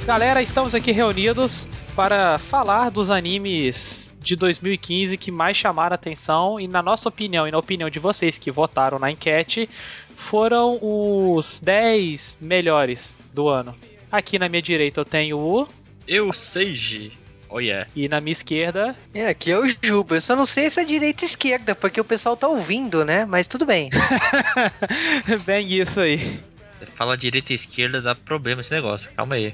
Galera, estamos aqui reunidos para falar dos animes de 2015 que mais chamaram a atenção e, na nossa opinião e na opinião de vocês que votaram na enquete, foram os 10 melhores do ano. Aqui na minha direita eu tenho o... Eu, Seiji. Oh yeah. E na minha esquerda... Aqui é o Juba. Eu só não sei se é direita ou esquerda, porque o pessoal tá ouvindo, né? Mas tudo bem. Bem isso aí. Você fala direita e esquerda, dá problema esse negócio. Calma aí.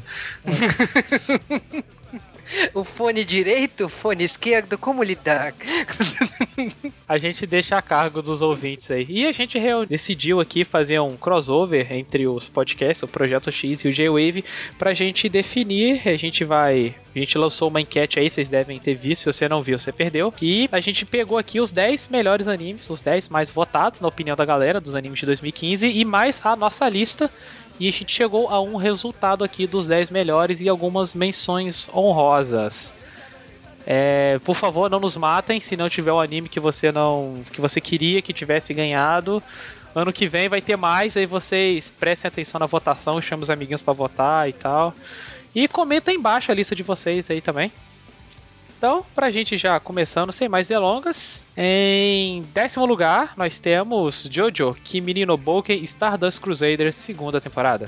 O fone direito, o fone esquerdo, como lidar? A gente deixa a cargo dos ouvintes aí. E a gente decidiu aqui fazer um crossover entre os podcasts, o Projeto X e o J-Wave, pra gente definir. A gente lançou uma enquete aí, vocês devem ter visto. Se você não viu, você perdeu. E a gente pegou aqui os 10 melhores animes, os 10 mais votados, na opinião da galera, dos animes de 2015, e mais a nossa lista. E a gente chegou a um resultado aqui dos 10 melhores e algumas menções honrosas. Por favor, não nos matem se não tiver um anime que você queria que tivesse ganhado. Ano que vem vai ter mais, aí vocês prestem atenção na votação, chamem os amiguinhos pra votar e tal. E comenta embaixo a lista de vocês aí também. Então, pra gente já começando, sem mais delongas, em 10º lugar nós temos Jojo Kimi no Bouken Stardust Crusaders, segunda temporada.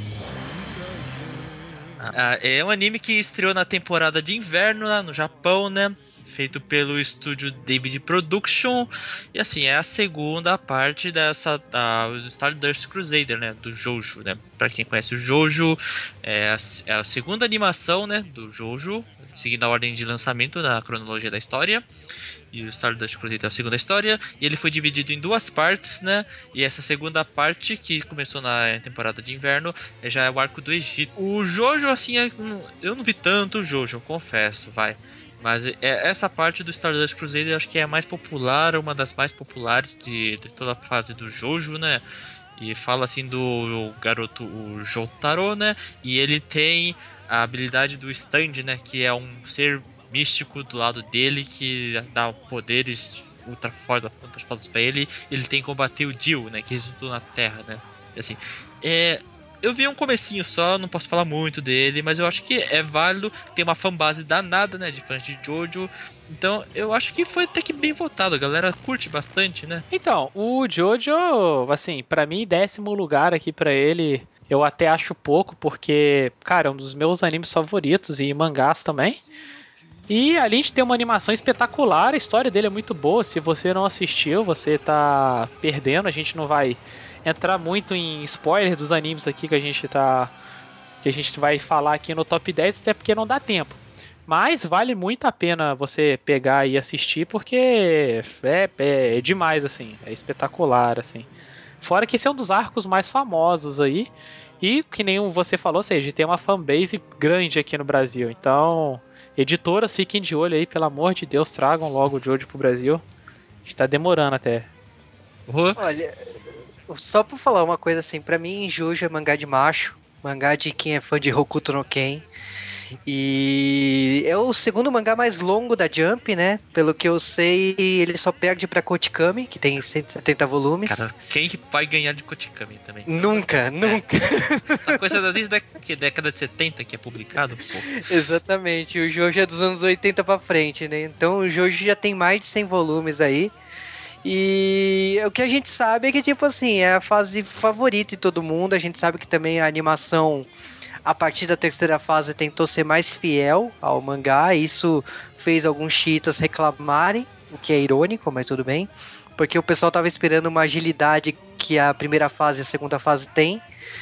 É um anime que estreou na temporada de inverno lá no Japão, né? Feito pelo estúdio David Production. E assim, é a segunda parte dessa do Stardust Crusader, né? Do Jojo, né? Pra quem conhece o Jojo, é a segunda animação, né? Do Jojo, seguindo a ordem de lançamento na cronologia da história. E o Stardust Crusader é a segunda história. E ele foi dividido em duas partes, né? E essa segunda parte, que começou na temporada de inverno, já é o arco do Egito. O Jojo, assim, eu não vi tanto o Jojo, confesso, vai. Mas essa parte do Stardust Crusader eu acho que é a mais popular, uma das mais populares de toda a fase do Jojo, né? E fala assim do garoto, o Jotaro, né? E ele tem a habilidade do Stand, né? Que é um ser místico do lado dele que dá poderes ultra fodas pra ele. Ele tem que combater o Dio, né? Que resultou na Terra, né? E assim, eu vi um comecinho só, não posso falar muito dele, mas eu acho que é válido, tem uma fanbase danada, né, de fãs de Jojo, então eu acho que foi até que bem votado, a galera curte bastante, né? Então, o Jojo, assim, pra mim, 10º lugar aqui pra ele, eu até acho pouco, porque, cara, é um dos meus animes favoritos e mangás também. E além de ter uma animação espetacular, a história dele é muito boa, se você não assistiu, você tá perdendo, a gente não vai entrar muito em spoiler dos animes aqui que a gente vai falar aqui no top 10, até porque não dá tempo. Mas vale muito a pena você pegar e assistir, porque é demais, assim, é espetacular, assim. Fora que esse é um dos arcos mais famosos aí, e que nem você falou, ou seja, tem uma fanbase grande aqui no Brasil. Então, editoras, fiquem de olho aí, pelo amor de Deus, tragam logo o Jojo pro Brasil. Está demorando até. Olha, só pra falar uma coisa assim, pra mim Jojo é mangá de macho, mangá de quem é fã de Hokuto no Ken. E é o segundo mangá mais longo da Jump, né? Pelo que eu sei, ele só perde pra Kotikami, que tem 170 volumes. Cara, quem que vai ganhar de Kotikami também? Nunca. Essa coisa desde a década de 70 que é publicado, pô. Exatamente, o Jojo é dos anos 80 pra frente, né? Então o Jojo já tem mais de 100 volumes aí. E o que a gente sabe é que, tipo assim, é a fase favorita de todo mundo. A gente sabe que também a animação, a partir da terceira fase, tentou ser mais fiel ao mangá. Isso fez alguns chiitas reclamarem, o que é irônico, mas tudo bem. Porque o pessoal tava esperando uma agilidade que a primeira fase e a segunda fase tem.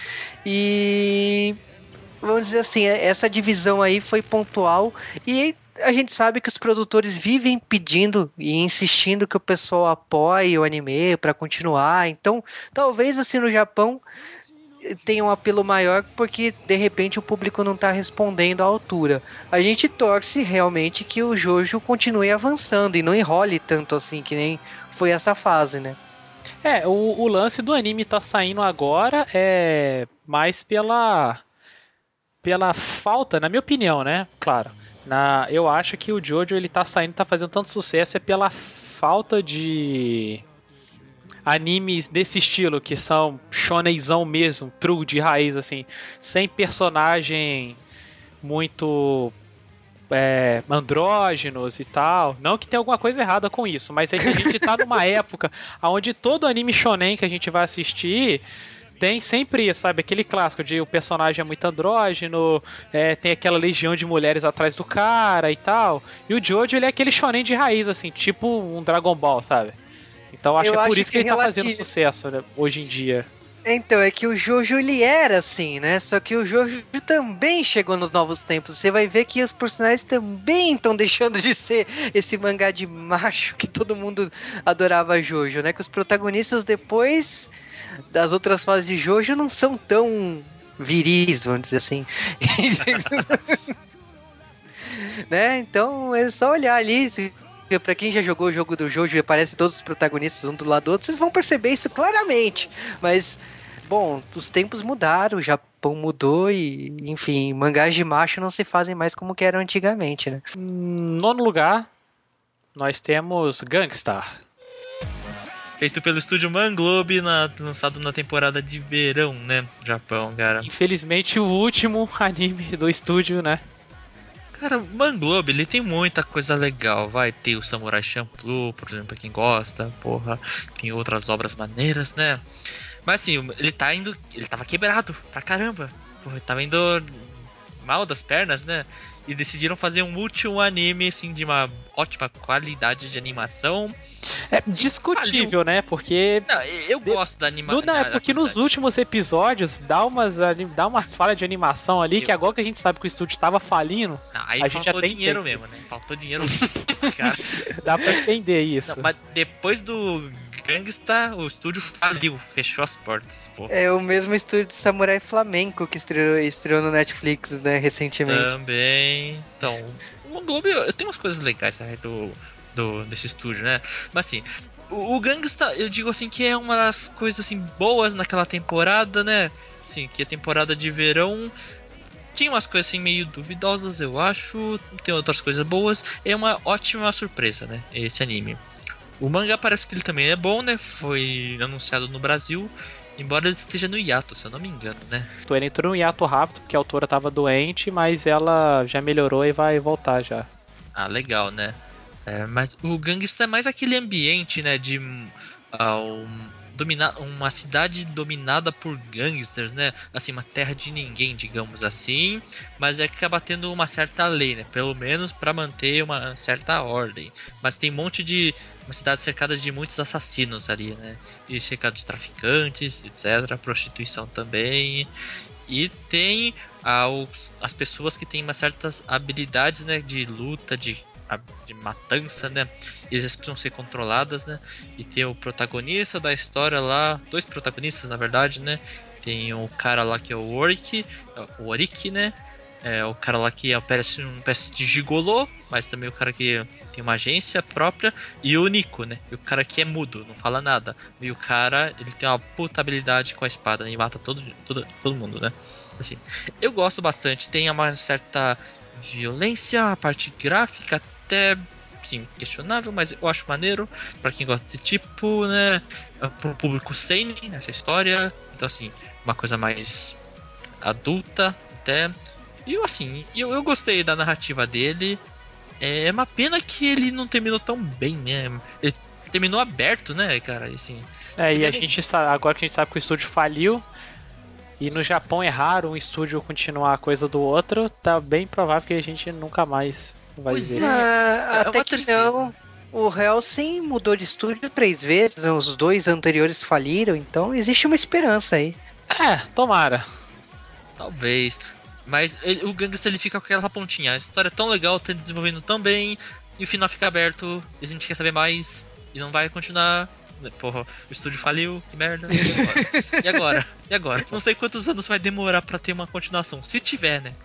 E vamos dizer assim, essa divisão aí foi pontual. E a gente sabe que os produtores vivem pedindo e insistindo que o pessoal apoie o anime para continuar. Então, talvez assim no Japão tenha um apelo maior porque de repente o público não está respondendo à altura. A gente torce realmente que o Jojo continue avançando e não enrole tanto assim que nem foi essa fase, né? O lance do anime tá saindo agora é mais pela falta, na minha opinião, né? Claro. Eu acho que o Jojo ele tá saindo, tá fazendo tanto sucesso pela falta de animes desse estilo, que são shonenzão mesmo, true de raiz, assim, sem personagem muito andrógenos e tal. Não que tenha alguma coisa errada com isso, mas é que a gente tá numa época onde todo anime shonen que a gente vai assistir tem sempre isso, sabe? Aquele clássico de o personagem é muito andrógeno, tem aquela legião de mulheres atrás do cara e tal. E o Jojo, ele é aquele shonen de raiz, assim, tipo um Dragon Ball, sabe? Então acho que é por isso que ele tá fazendo sucesso, né, hoje em dia. Então, é que o Jojo, ele era assim, né? Só que o Jojo também chegou nos novos tempos. Você vai ver que os personagens também estão deixando de ser esse mangá de macho que todo mundo adorava Jojo, né? Que os protagonistas depois das outras fases de Jojo não são tão viris, vamos dizer assim. Né? Então, é só olhar ali... Pra quem já jogou o jogo do Jojo e aparece todos os protagonistas um do lado do outro, vocês vão perceber isso claramente. Mas, bom, os tempos mudaram, o Japão mudou e, enfim, mangás de macho não se fazem mais como que eram antigamente, né? Nono lugar, nós temos Gangstar. Feito pelo estúdio Manglobe, lançado na temporada de verão, né? Japão, cara. Infelizmente o último anime do estúdio, né? Cara, o Manglobe, ele tem muita coisa legal. Vai ter o Samurai Champloo, por exemplo, pra quem gosta, porra. Tem outras obras maneiras, né? Mas assim, ele tava quebrado pra caramba. Porra, ele tava indo mal das pernas, né? E decidiram fazer um último anime, assim, de uma ótima qualidade de animação. É discutível, né? Porque... Não, eu gosto da animação. É porque nos últimos episódios dá umas falhas de animação ali, que agora que a gente sabe que o estúdio tava falindo... Não, aí faltou dinheiro mesmo, né? Faltou dinheiro mesmo, cara. Dá pra entender isso. Não, mas depois do Gangstar, o estúdio faliu, fechou as portas. Pô. É o mesmo estúdio de Samurai Flamenco que estreou no Netflix, né, recentemente. Também. Então, o Globo, eu tenho umas coisas legais desse estúdio, né? Mas assim, o Gangstar, eu digo assim que é uma das coisas assim boas naquela temporada, né? Assim, que a temporada de verão tinha umas coisas assim meio duvidosas, eu acho. Tem outras coisas boas. É uma ótima surpresa, né? Esse anime. O mangá parece que ele também é bom, né? Foi anunciado no Brasil, embora ele esteja no hiato, se eu não me engano, né? Ele entrou no hiato rápido, porque a autora tava doente, mas ela já melhorou e vai voltar já. Ah, legal, né? Mas o Gangstar é mais aquele ambiente, né? De uma cidade dominada por gangsters, né? Assim, uma terra de ninguém, digamos assim. Mas é que acaba tendo uma certa lei, né? Pelo menos para manter uma certa ordem. Mas tem uma cidade cercada de muitos assassinos ali, né? E cercado de traficantes, etc. Prostituição também. E tem as pessoas que têm umas certas habilidades, né? De luta, de matança, né? E eles precisam ser controladas, né? E tem o protagonista da história lá, dois protagonistas na verdade, né? Tem o cara lá que é o Orik, né? O cara lá que parece uma espécie de gigolô, mas também o cara que tem uma agência própria, e o Nico, né? E o cara que é mudo, não fala nada. E o cara, ele tem uma puta habilidade com a espada, né? E mata todo mundo, né? Assim, eu gosto bastante, tem uma certa violência, a parte gráfica até, sim, questionável, mas eu acho maneiro pra quem gosta desse tipo, né? Pro público seinen, essa história. Então, assim, uma coisa mais adulta até. E eu gostei da narrativa dele. É uma pena que ele não terminou tão bem, né? Ele terminou aberto, né, cara? Assim, e a gente sabe, agora que a gente sabe que o estúdio faliu, e no Japão é raro um estúdio continuar a coisa do outro, tá bem provável que a gente nunca mais vai ver. Até que não. O Hellsing mudou de estúdio 3 vezes, né? Os 2 anteriores faliram, então existe uma esperança aí. Tomara. Talvez. Mas o Gangstar, ele fica com aquela pontinha. A história é tão legal, tá desenvolvendo tão bem, e o final fica aberto, e a gente quer saber mais, e não vai continuar. Porra, o estúdio faliu, que merda. E agora? Não sei quantos anos vai demorar pra ter uma continuação. Se tiver, né?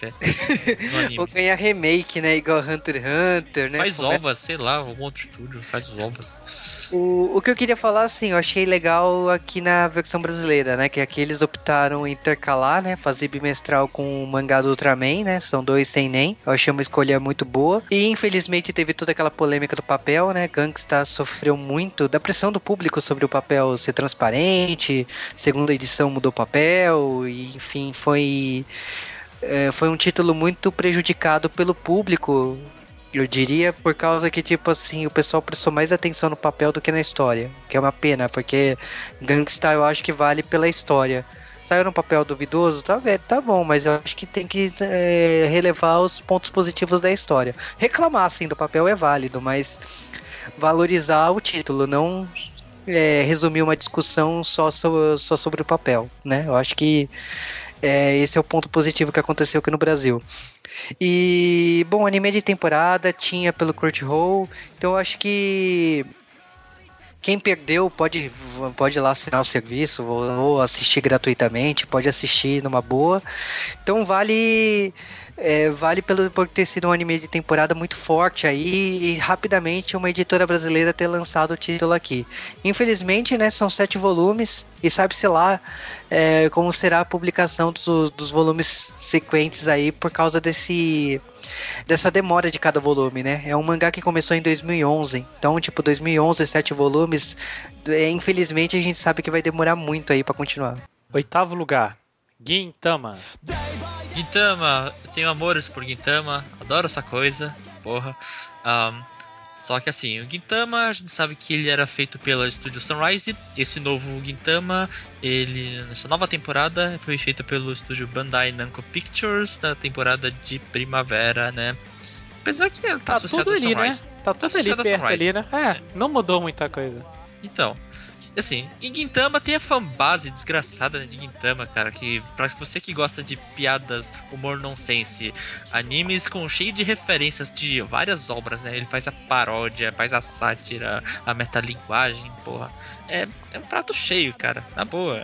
No anime. Ou ganhar remake, né? Igual Hunter x Hunter, né? Faz ovas, sei lá, algum outro estúdio faz os ovas. O que eu queria falar, assim, eu achei legal aqui na versão brasileira, né? Que aqui eles optaram em intercalar, né? Fazer bimestral com o mangá do Ultraman, né? São 2 sem nem. Eu achei uma escolha muito boa. E infelizmente teve toda aquela polêmica do papel, né? Gangstar sofreu muito da pressão do público sobre o papel ser transparente. Segunda edição mudou o papel. E enfim, foi foi um título muito prejudicado pelo público, eu diria, por causa que, tipo assim, o pessoal prestou mais atenção no papel do que na história. Que é uma pena, porque Gangsta eu acho que vale pela história. Saiu num papel duvidoso, tá bom, mas eu acho que tem que relevar os pontos positivos da história. Reclamar, assim, do papel é válido, mas valorizar o título, não resumir uma discussão só sobre o papel, né? Eu acho que esse é o ponto positivo que aconteceu aqui no Brasil. E, bom, anime de temporada tinha pelo Crunchyroll, então eu acho que quem perdeu pode ir lá assinar o serviço ou assistir gratuitamente, pode assistir numa boa. Então vale por ter sido um anime de temporada muito forte aí e rapidamente uma editora brasileira ter lançado o título aqui. Infelizmente, né, são 7 volumes e sabe-se lá como será a publicação dos volumes sequentes aí por causa dessa demora de cada volume, né? É um mangá que começou em 2011, então, tipo, 2011, 7 volumes, infelizmente a gente sabe que vai demorar muito aí pra continuar. 8º lugar, Gintama. Gintama, eu tenho amores por Gintama, adoro essa coisa, porra. Só que assim, o Gintama, a gente sabe que ele era feito pela Estúdio Sunrise. Esse novo Gintama, nessa nova temporada, foi feito pelo estúdio Bandai Namco Pictures, na temporada de primavera, né? Apesar que ele tá associado tudo a ali, Sunrise. né? Tá tudo ali perto ali, né? Não mudou muita coisa. Então, assim, em Gintama tem a fanbase desgraçada, né, de Gintama, cara, que pra você que gosta de piadas, humor nonsense, animes cheio de referências de várias obras, né, ele faz a paródia, faz a sátira, a metalinguagem, porra, é um prato cheio, cara, na boa.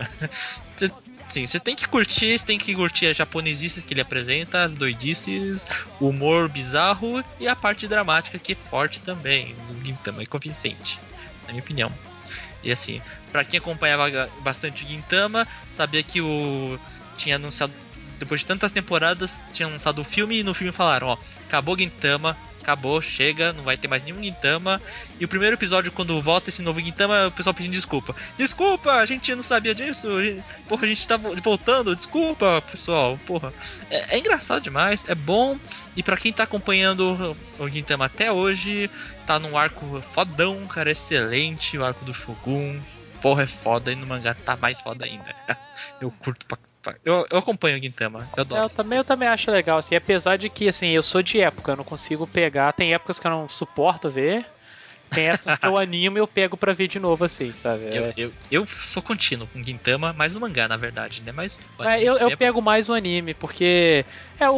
Sim, você tem que curtir as japonesices que ele apresenta, as doidices, o humor bizarro e a parte dramática que é forte também, o Gintama é convincente, na minha opinião. E assim, pra quem acompanhava bastante o Gintama, sabia que tinha anunciado, depois de tantas temporadas, tinha lançado o filme e no filme falaram, ó, acabou Gintama, acabou, chega, não vai ter mais nenhum Gintama. E o primeiro episódio, quando volta esse novo Gintama, o pessoal pedindo desculpa. Desculpa, a gente não sabia disso, porra, a gente tá voltando, desculpa, pessoal, porra. É engraçado demais, é bom. E pra quem tá acompanhando o Gintama até hoje, tá num arco fodão, cara, excelente, o arco do Shogun. Porra, é foda, e no mangá tá mais foda ainda. Eu curto pra... Eu acompanho o Gintama, eu adoro. Eu também acho legal, assim, apesar de que, assim, eu sou de época, eu não consigo pegar, tem épocas que eu não suporto ver, tem épocas que eu animo e eu pego pra ver de novo, assim, sabe? Eu sou contínuo com Gintama, mais no mangá, na verdade, né? Mas eu pego mais o anime, porque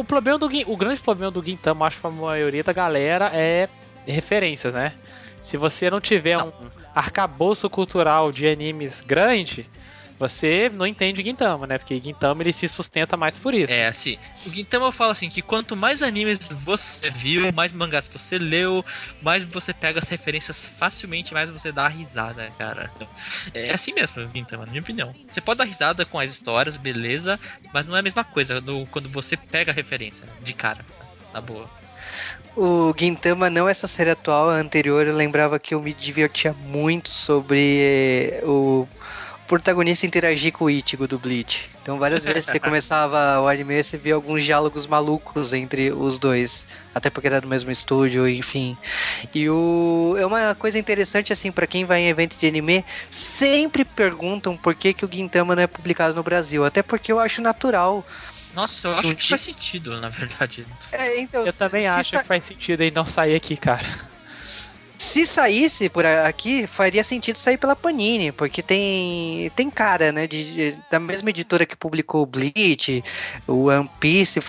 o grande problema do Gintama, acho que pra maioria da galera, é referências, né? Se você não tiver um arcabouço cultural de animes grande, você não entende Gintama, né? Porque Gintama ele se sustenta mais por isso. É, assim, o Gintama eu falo assim, que quanto mais animes você viu, mais mangás você leu, mais você pega as referências facilmente, mais você dá a risada, cara. É assim mesmo o Gintama, na minha opinião. Você pode dar risada com as histórias, beleza, mas não é a mesma coisa quando você pega a referência de cara, na boa. O Gintama, não essa série atual, a anterior, eu lembrava que eu me divertia muito sobre o protagonista interagir com o Ichigo do Bleach. Então várias vezes você começava o anime, você via alguns diálogos malucos entre os dois. Até porque era do mesmo estúdio, enfim. E é uma coisa interessante, assim, pra quem vai em evento de anime, sempre perguntam por que o Gintama não é publicado no Brasil. Até porque eu acho natural. Nossa, eu acho que faz sentido, na verdade. Então, eu também acho que faz sentido ele não sair aqui, cara. Se saísse por aqui, faria sentido sair pela Panini, porque tem cara, né, da mesma editora que publicou o Bleach, o One Piece,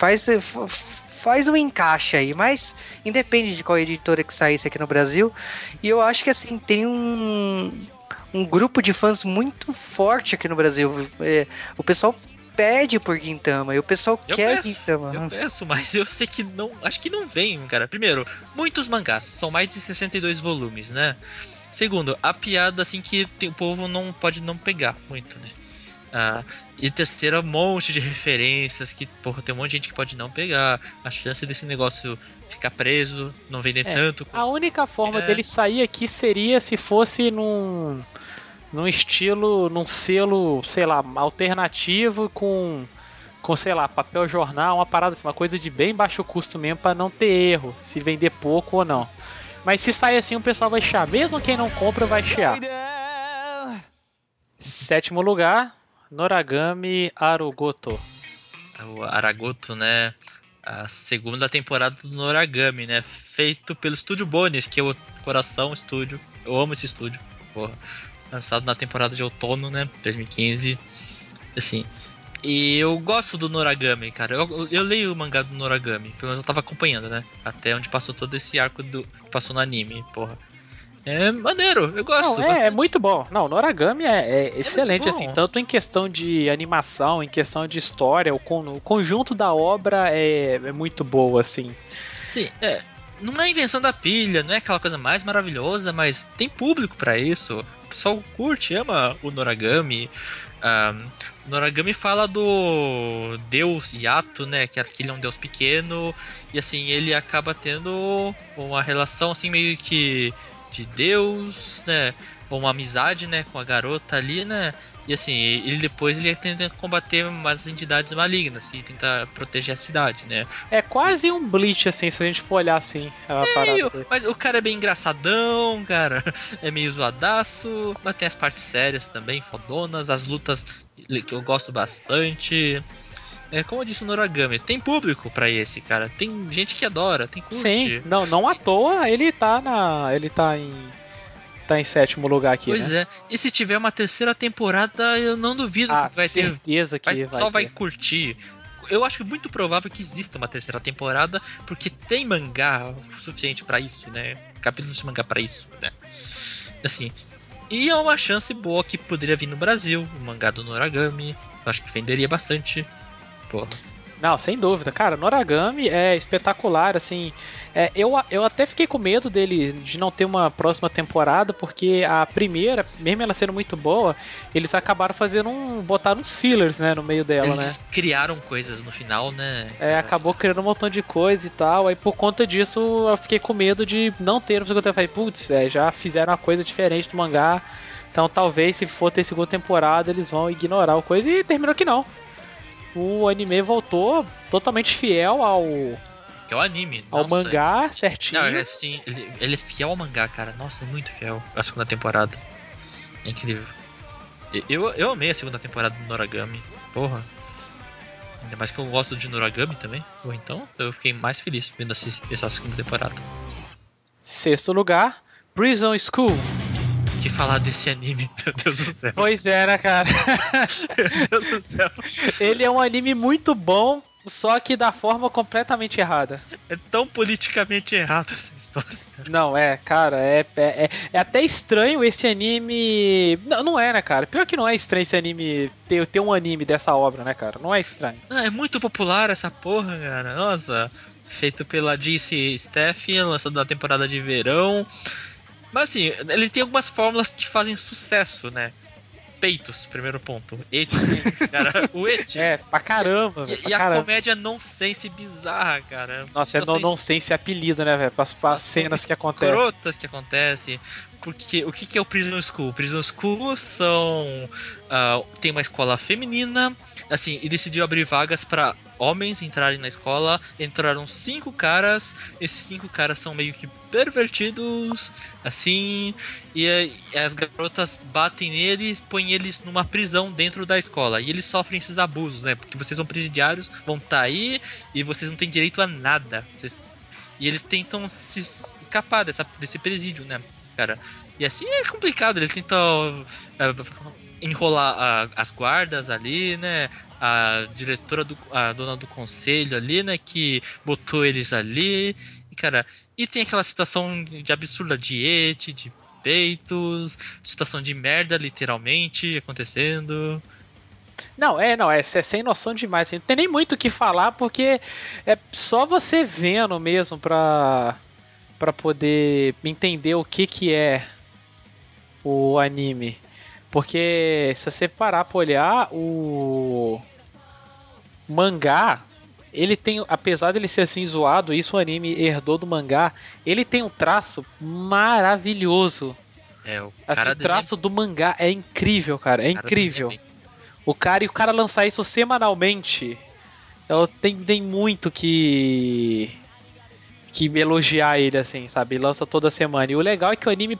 faz um encaixe aí, mas independe de qual editora que saísse aqui no Brasil. E eu acho que, assim, tem um grupo de fãs muito forte aqui no Brasil. O pessoal pede por Gintama e o pessoal quer Gintama. Eu peço, mas eu sei que não. Acho que não vem, cara. Primeiro, muitos mangás, são mais de 62 volumes, né? Segundo, a piada assim que o povo não pode não pegar muito, né? E terceiro, um monte de referências que, porra, tem um monte de gente que pode não pegar. A chance desse negócio ficar preso, não vender tanto. A única forma dele sair aqui seria se fosse num estilo, num selo, sei lá, alternativo com com, sei lá, papel jornal, uma parada assim, uma coisa de bem baixo custo mesmo pra não ter erro, se vender pouco ou não. Mas se sair assim, o pessoal vai chiar. Mesmo quem não compra vai chiar. 7º lugar, Noragami Arugoto. O Aragoto, né? A segunda temporada do Noragami, né? Feito pelo Estúdio Bones, que é o Coração Estúdio. Eu amo esse estúdio, porra. Lançado na temporada de outono, né? 2015. Assim. E eu gosto do Noragami, cara. Eu leio o mangá do Noragami. Pelo menos eu tava acompanhando, né? Até onde passou todo esse arco que passou no anime, porra. É maneiro, eu gosto. Não, é muito bom. Não, Noragami é excelente, assim, tanto em questão de animação, em questão de história, o conjunto da obra é muito boa, assim. Sim, não é invenção da pilha, não é aquela coisa mais maravilhosa, mas tem público pra isso. O pessoal curte, ama o Noragami. O Noragami fala do deus Yato, né? Que ele é um deus pequeno. E assim, ele acaba tendo uma relação assim meio que de Deus, né? Uma amizade, né, com a garota ali, né? E assim, ele tenta combater umas entidades malignas e tentar proteger a cidade, né? É quase um Bleach, assim, se a gente for olhar assim a parada dele. Mas o cara é bem engraçadão, cara. É meio zoadaço, mas tem as partes sérias também, fodonas, as lutas que eu gosto bastante. Como eu disse, o Noragami, tem público pra esse, cara. Tem gente que adora, tem curte. Sim, não à toa ele tá em 7º lugar aqui, pois né? E se tiver uma terceira temporada, eu não duvido que vai ter. Certeza que vai curtir. Eu acho muito provável que exista uma terceira temporada, porque tem mangá o suficiente pra isso, né? Capítulos de mangá pra isso, né? Assim. E é uma chance boa que poderia vir no Brasil, o mangá do Noragami. Eu acho que venderia bastante. Porra. Não, sem dúvida. Cara, Noragami é espetacular, assim. Eu até fiquei com medo dele de não ter uma próxima temporada, porque a primeira, mesmo ela sendo muito boa, eles acabaram botaram uns fillers, né, no meio dela, eles né? Criaram coisas no final, né? Acabou criando um montão de coisa e tal. Aí por conta disso eu fiquei com medo de não ter uma segunda temporada. Falei, putz, já fizeram uma coisa diferente do mangá. Então talvez se for ter segunda temporada eles vão ignorar o coisa, e terminou que não. O anime voltou totalmente fiel que é o anime. Ao mangá, certinho. Não, assim, ele é fiel ao mangá, cara. Nossa, é muito fiel a segunda temporada. É incrível. Eu amei a segunda temporada do Noragami. Porra. Ainda mais que eu gosto de Noragami também. Ou então, eu fiquei mais feliz vendo essa segunda temporada. 6º lugar, Prison School. Que falar desse anime, meu Deus do céu. Pois é, né, cara? Meu Deus do céu. Ele é um anime muito bom, só que da forma completamente errada. É tão politicamente errado essa história. Não, cara, é até estranho esse anime. Não é, né, cara? Pior que não é estranho esse anime ter um anime dessa obra, né, cara? Não é estranho. Não, é muito popular essa porra, cara. Nossa. Feito pela DC Staff, lançado na temporada de verão. Mas assim, ele tem algumas fórmulas que fazem sucesso, né? Peitos, primeiro ponto. Eti, cara, o eti. Pra caramba, velho. E a comédia nonsense bizarra, cara. Nossa, nonsense apelido, né, velho? Para cenas que acontecem. Escrotas que acontecem. Porque o que é o Prison School? Prison School tem uma escola feminina, assim, e decidiu abrir vagas para homens entrarem na escola. Entraram 5 caras. Esses 5 caras são meio que pervertidos, assim, e as garotas batem neles, põem eles numa prisão dentro da escola. E eles sofrem esses abusos, né? Porque vocês são presidiários, vão estar aí e vocês não têm direito a nada. E eles tentam se escapar desse presídio, né, cara? E assim é complicado, eles tentam enrolar as guardas ali, né? A diretora, a dona do conselho ali, né? Que botou eles ali. E, cara, e tem aquela situação de absurda de eti, de peitos, situação de merda, literalmente, acontecendo. Não, é sem noção demais. Assim. Não tem nem muito o que falar, porque é só você vendo mesmo pra poder entender o que é o anime. Porque se você parar pra olhar, o mangá, ele tem, apesar dele ser assim zoado, isso o anime herdou do mangá, ele tem um traço maravilhoso. O traço do mangá é incrível, cara, é incrível. O cara lançar isso semanalmente tem muito que elogiar ele, assim, sabe? Lança toda semana. E o legal é que o anime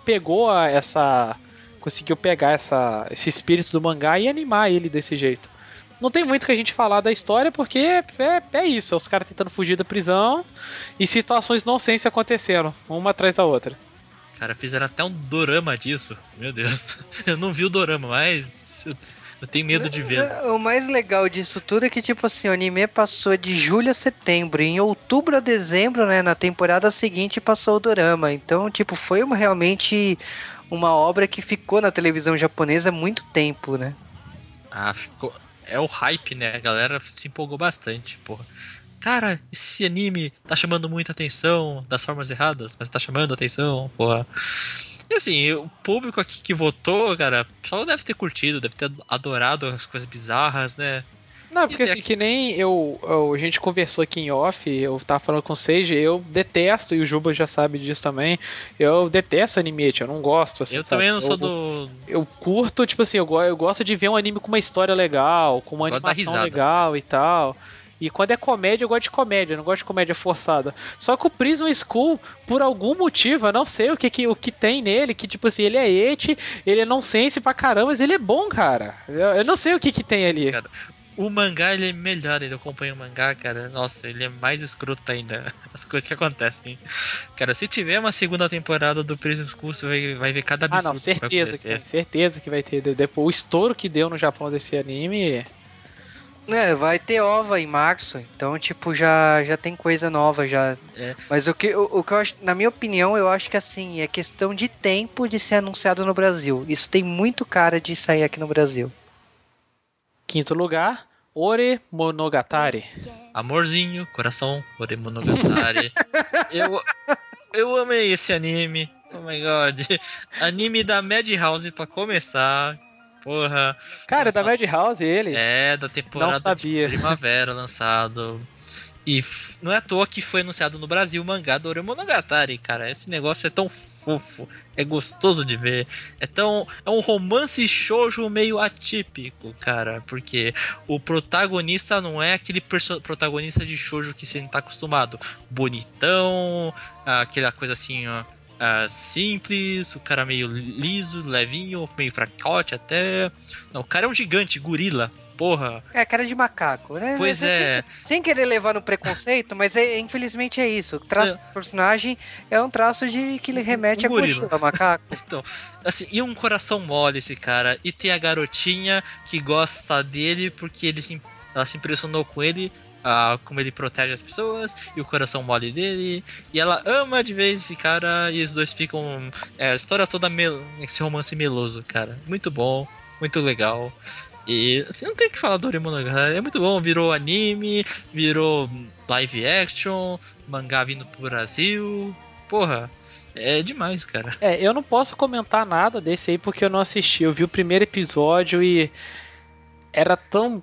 conseguiu pegar esse espírito do mangá e animar ele desse jeito. Não tem muito que a gente falar da história, porque é isso, é os caras tentando fugir da prisão e situações nonsense aconteceram, uma atrás da outra. Cara, fizeram até um dorama disso. Meu Deus. Eu não vi o dorama, mas eu tenho medo de ver. O mais legal disso tudo é que, tipo assim, o anime passou de julho a setembro. E em outubro a dezembro, né, na temporada seguinte, passou o dorama. Então, tipo, foi realmente uma obra que ficou na televisão japonesa há muito tempo, né? Ah, ficou... É o hype, né? A galera se empolgou bastante, porra. Cara, esse anime tá chamando muita atenção das formas erradas, mas tá chamando atenção, porra. E assim, o público aqui que votou, cara, só deve ter curtido, deve ter adorado as coisas bizarras, né? Não, porque assim, que nem a gente conversou aqui em off, eu tava falando com o Seiji, eu detesto, e o Juba já sabe disso também, eu detesto anime, eu não gosto, assim, eu sabe? também não sou do... Eu curto, tipo assim, eu gosto de ver um anime com uma história legal, com uma animação legal e tal. E quando é comédia, eu gosto de comédia, eu não gosto de comédia forçada. Só que o Prison School, por algum motivo, eu não sei o que tem nele, que tipo assim, ele é eti, ele é nonsense pra caramba, mas ele é bom, cara. Eu não sei o que tem ali. Cara, o mangá, ele é melhor, eu acompanho o mangá, cara, nossa, ele é mais escroto ainda, as coisas que acontecem. Cara, se tiver uma segunda temporada do Prison School, você vai ver cada absurdo. Ah, não, certeza que vai ter. Depois, o estouro que deu no Japão desse anime... vai ter OVA em março, então, tipo, já tem coisa nova já. É. Mas o que eu acho, na minha opinião, eu acho que assim, é questão de tempo de ser anunciado no Brasil. Isso tem muito cara de sair aqui no Brasil. Quinto lugar, Ore Monogatari. Amorzinho, coração, Ore Monogatari. eu amei esse anime. Oh my god. Anime da Madhouse pra começar. Porra. Cara, da Madhouse ele? É, da temporada de primavera lançado. E não é à toa que foi anunciado no Brasil o mangá do Ore Monogatari, cara. Esse negócio é tão fofo, é gostoso de ver. É um romance shoujo meio atípico, cara. Porque o protagonista não é aquele protagonista de shoujo que você não tá acostumado. Bonitão, aquela coisa assim, ó. Simples, o cara meio liso, levinho, meio fracote até. Não, o cara é um gigante, gorila. Porra. É, cara de macaco, né? Pois é. Sem querer levar no preconceito, mas infelizmente é isso. O traço do personagem é um traço que ele remete a gorila, macaco. Então, assim, e um coração mole esse cara. E tem a garotinha que gosta dele porque ela se impressionou com ele. Como ele protege as pessoas e o coração mole dele, e ela ama de vez esse cara, e os dois ficam a história toda esse romance meloso, cara, muito bom, muito legal. E assim, não tem o que falar do Ore Monogatari, é muito bom, virou anime, virou live action, mangá vindo pro Brasil, porra, é demais, cara. Eu não posso comentar nada desse aí porque eu não assisti, eu vi o primeiro episódio e era tão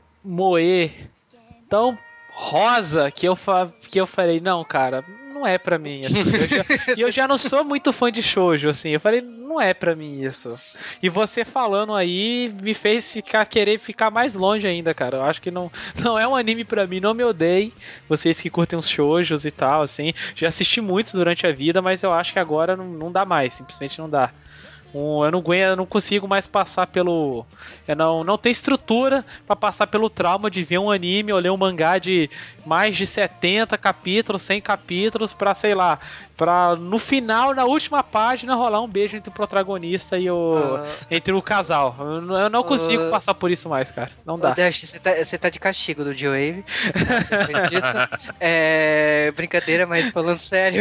tão rosa que eu falei, não, cara, não é pra mim, assim. Eu já não sou muito fã de shoujo, assim, eu falei, não é pra mim isso. E você falando aí me fez querer ficar mais longe ainda, cara. Eu acho que não é um anime pra mim, não me odeiem, vocês que curtem os shoujos e tal, assim. Já assisti muitos durante a vida, mas eu acho que agora não dá mais, simplesmente não dá. Eu não consigo mais passar pelo... Eu não tenho estrutura pra passar pelo trauma de ver um anime ou ler um mangá de mais de 70 capítulos, 100 capítulos pra, sei lá, pra no final, na última página, rolar um beijo entre o protagonista e entre o casal. Eu não consigo passar por isso mais, cara. Não dá. Dash, você tá de castigo do J-Wave. Brincadeira, mas falando sério.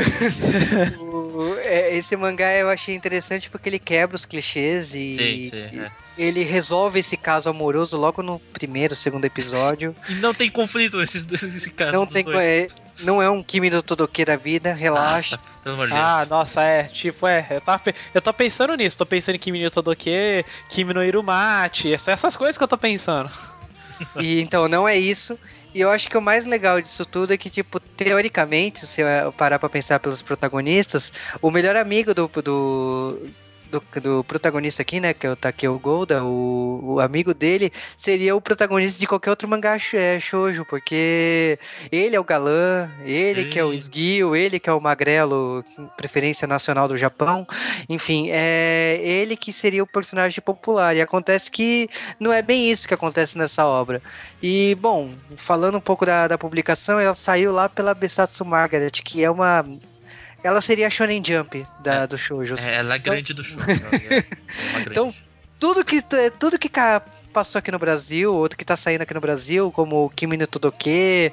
Esse mangá eu achei interessante porque ele quebra os clichês e ele resolve esse caso amoroso logo no primeiro, segundo episódio. E não tem conflito esse caso. Não tem, não é um Kimi no Todoke da vida, relaxa. Nossa, pelo amor de Deus. Nossa, eu tô pensando nisso, tô pensando em Kimi no Todoke, Kimi no Irumate, é só essas coisas que eu tô pensando. E então, não é isso. E eu acho que o mais legal disso tudo é que, tipo, teoricamente, se eu parar pra pensar pelos protagonistas, o melhor amigo do protagonista aqui, né, que é o Takeo Golda, o amigo dele, seria o protagonista de qualquer outro mangá shoujo, porque ele é o galã, ele que é o esguio, ele que é o magrelo, preferência nacional do Japão, enfim, é ele que seria o personagem popular, e acontece que não é bem isso que acontece nessa obra. E, bom, falando um pouco da publicação, ela saiu lá pela Besatsu Margaret, que é uma... Ela seria a Shonen Jump do shoujo. Ela é grande do shoujo. É uma grande. Então, tudo que passou aqui no Brasil, outro que tá saindo aqui no Brasil, como o Kimi no Todoke,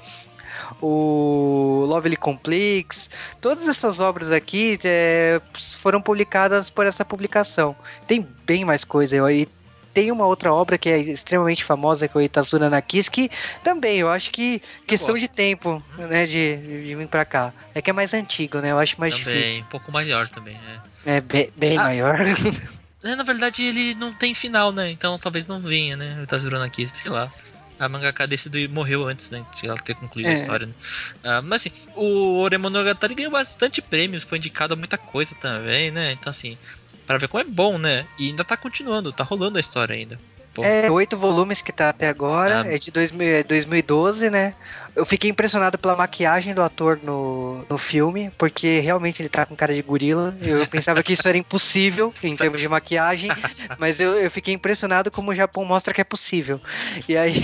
o Lovely Complex, todas essas obras aqui foram publicadas por essa publicação. Tem bem mais coisa aí. Tem uma outra obra que é extremamente famosa, que é o Itazura na Kiss, que também eu acho que questão de tempo, né, de vir pra cá. É que é mais antigo, né? Eu acho mais também, difícil. Um pouco maior também, É bem maior. Na verdade, ele não tem final, né? Então talvez não venha, né? O Itazura na Kiss, sei lá. A mangaka desse morreu antes, né? De ela ter concluído a história, né? Mas assim, o Oremonogatari ganhou bastante prêmios, foi indicado a muita coisa também, né? Então assim... Pra ver como é bom, né? E ainda tá continuando, tá rolando a história ainda. Pô. 8 volumes que tá até agora, é de 2012, né? Eu fiquei impressionado pela maquiagem do ator no filme, porque realmente ele tá com cara de gorila. Eu pensava que isso era impossível em termos de maquiagem, mas eu fiquei impressionado como o Japão mostra que é possível. E aí...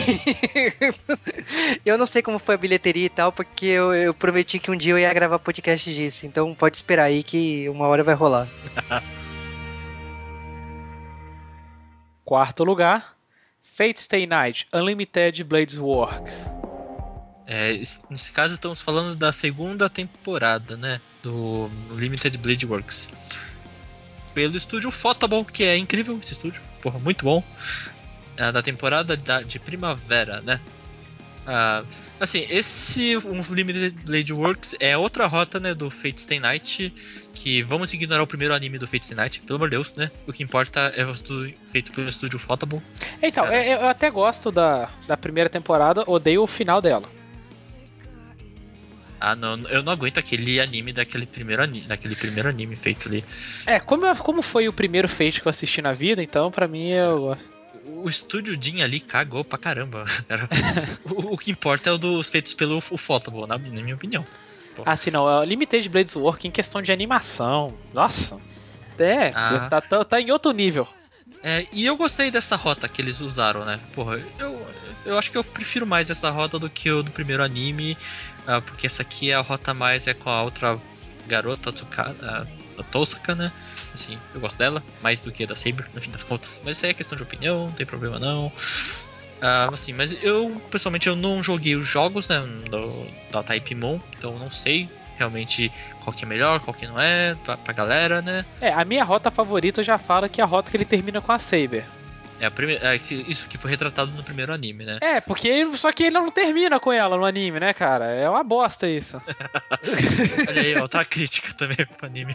eu não sei como foi a bilheteria e tal, porque eu prometi que um dia eu ia gravar podcast disso. Então pode esperar aí que uma hora vai rolar. Quarto lugar, Fate Stay Night, Unlimited Blades Works. Nesse caso estamos falando da segunda temporada, né, do Limited Blade Works. Pelo estúdio Photable, que é incrível esse estúdio, porra, muito bom. Da temporada de primavera, né. Assim, esse Limited Blade Works é outra rota, né, do Fate Stay Night, que vamos ignorar o primeiro anime do Fate Stay Night, pelo amor de Deus, né? O que importa é o estúdio feito pelo estúdio Photable. Então, eu até gosto da primeira temporada, odeio o final dela. Não, eu não aguento aquele anime daquele primeiro anime feito ali. Como foi o primeiro Fate que eu assisti na vida, então pra mim eu gosto. O estúdio Jin ali cagou pra caramba. O que importa é o dos feitos pelo Photable, na minha opinião. Assim, não, Limited Blades Work em questão de animação, nossa, tá em outro nível. E eu gostei dessa rota que eles usaram, né? Porra, eu acho que eu prefiro mais essa rota do que o do primeiro anime, porque essa aqui é a rota mais com a outra garota, a Tosaka, né? Assim, eu gosto dela mais do que da Saber, no fim das contas. Mas isso aí é questão de opinião, não tem problema não. Assim, mas pessoalmente, eu não joguei os jogos, né, da Type Moon, então eu não sei realmente qual que é melhor, qual que não é, pra galera, né. A minha rota favorita eu já falo que é a rota que ele termina com a Saber. Isso que foi retratado no primeiro anime, né. Só que ele não termina com ela no anime, né, cara? É uma bosta isso. Olha aí, outra crítica também pro anime.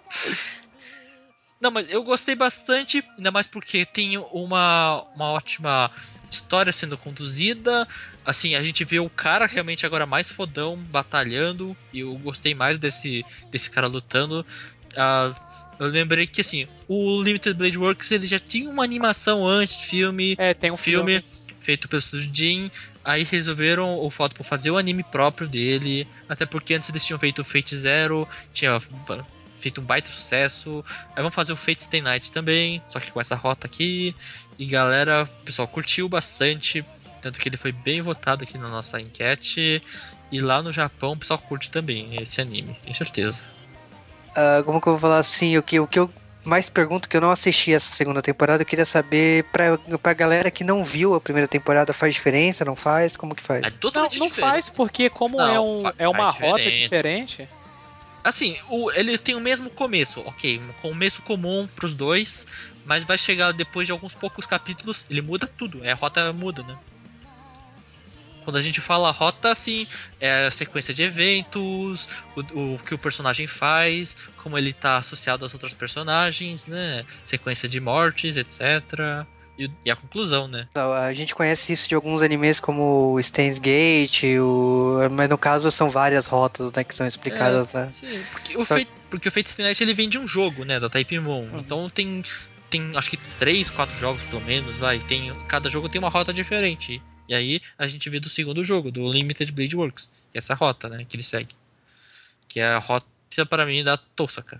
Não, mas eu gostei bastante, ainda mais porque tem uma ótima história sendo conduzida. Assim, a gente vê o cara realmente agora mais fodão, batalhando, e eu gostei mais desse cara lutando. Eu lembrei que, assim, o Limited Blade Works, ele já tinha uma animação antes de filme. Tem um filme feito pelo estúdio Jin. Aí resolveram o Foto por fazer o anime próprio dele, até porque antes eles tinham feito o Fate Zero, tinha feito um baita sucesso. Aí vamos fazer o Fate Stay Night também, só que com essa rota aqui. E galera, o pessoal curtiu bastante, tanto que ele foi bem votado aqui na nossa enquete. E lá no Japão o pessoal curte também esse anime, tenho certeza. Como que eu vou falar assim, o que eu mais pergunto, que eu não assisti essa segunda temporada, eu queria saber, pra galera que não viu a primeira temporada, faz diferença, não faz? Como que faz? É totalmente não diferente. Faz, porque como é uma rota diferente... Assim, ele tem o mesmo começo, ok, um começo comum pros dois, mas vai chegar depois de alguns poucos capítulos, ele muda tudo, a rota muda, né? Quando a gente fala rota, assim, é a sequência de eventos, o que o personagem faz, como ele tá associado às outras personagens, né? Sequência de mortes, etc. E a conclusão, né? A gente conhece isso de alguns animes como o Steins Gate, mas no caso são várias rotas, né, que são explicadas, né? Sim, porque o Fate Stay Night ele vem de um jogo, né, da Type Moon. Então tem acho que 3, 4 jogos pelo menos, cada jogo tem uma rota diferente. E aí a gente vê do segundo jogo, do Limited Blade Works, que é essa rota, né, que ele segue. Que é a rota, para mim, da Tosaka.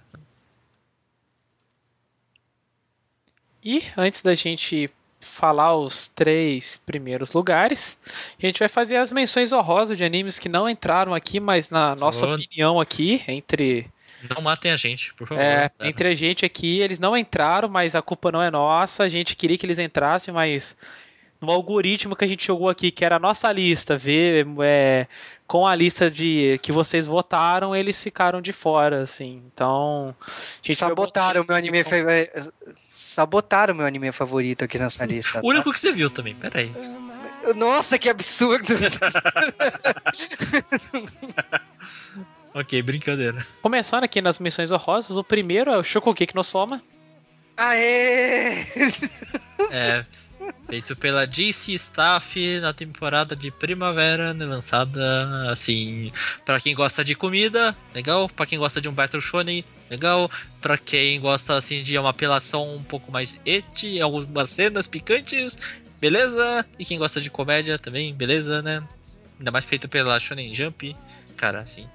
E antes da gente falar os 3 primeiros lugares, a gente vai fazer as menções honrosas de animes que não entraram aqui, mas na nossa opinião aqui, entre... Não matem a gente, por favor. Entre a gente aqui, eles não entraram, mas a culpa não é nossa, a gente queria que eles entrassem, mas no algoritmo que a gente jogou aqui, que era a nossa lista, com a lista que vocês votaram, eles ficaram de fora, assim, então... Sabotaram o meu anime favorito aqui nessa lista. O único que você viu também, peraí. Nossa, que absurdo! Ok, brincadeira. Começando aqui nas missões honrosas, o primeiro é o Shokugeki no Soma. Aê! Feito pela JC Staff na temporada de primavera, né, lançada assim, pra quem gosta de comida, legal, pra quem gosta de um Battle Shonen, legal, pra quem gosta assim de uma apelação um pouco mais eti, algumas cenas picantes, beleza, e quem gosta de comédia também, beleza, né, ainda mais feito pela Shonen Jump, cara, assim,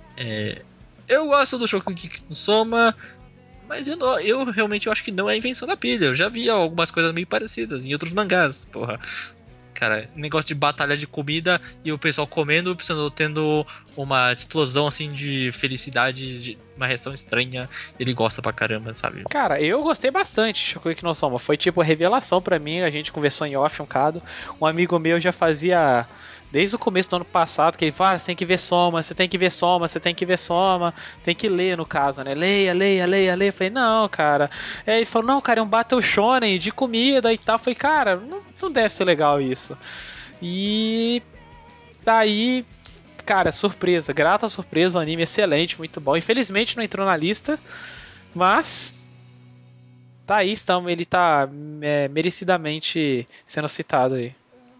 eu gosto do Shokugeki no Soma, mas eu realmente acho que não é invenção da pilha. Eu já vi algumas coisas meio parecidas em outros mangás, porra. Cara, negócio de batalha de comida e o pessoal comendo, tendo uma explosão assim de felicidade, uma reação estranha. Ele gosta pra caramba, sabe? Cara, eu gostei bastante de Shokugeki no Soma. Foi tipo revelação pra mim. A gente conversou em off um bocado. Um amigo meu já fazia... Desde o começo do ano passado, que ele fala, você tem que ver Soma, você tem que ver Soma, você tem que ver Soma, tem que ler no caso, né? Leia. Eu falei, não, cara. Ele falou, não, cara, é um Battle Shonen de comida e tal. Eu falei, cara, não deve ser legal isso. E daí, cara, surpresa, grata surpresa, um anime excelente, muito bom. Infelizmente não entrou na lista, mas tá aí, ele tá merecidamente sendo citado aí.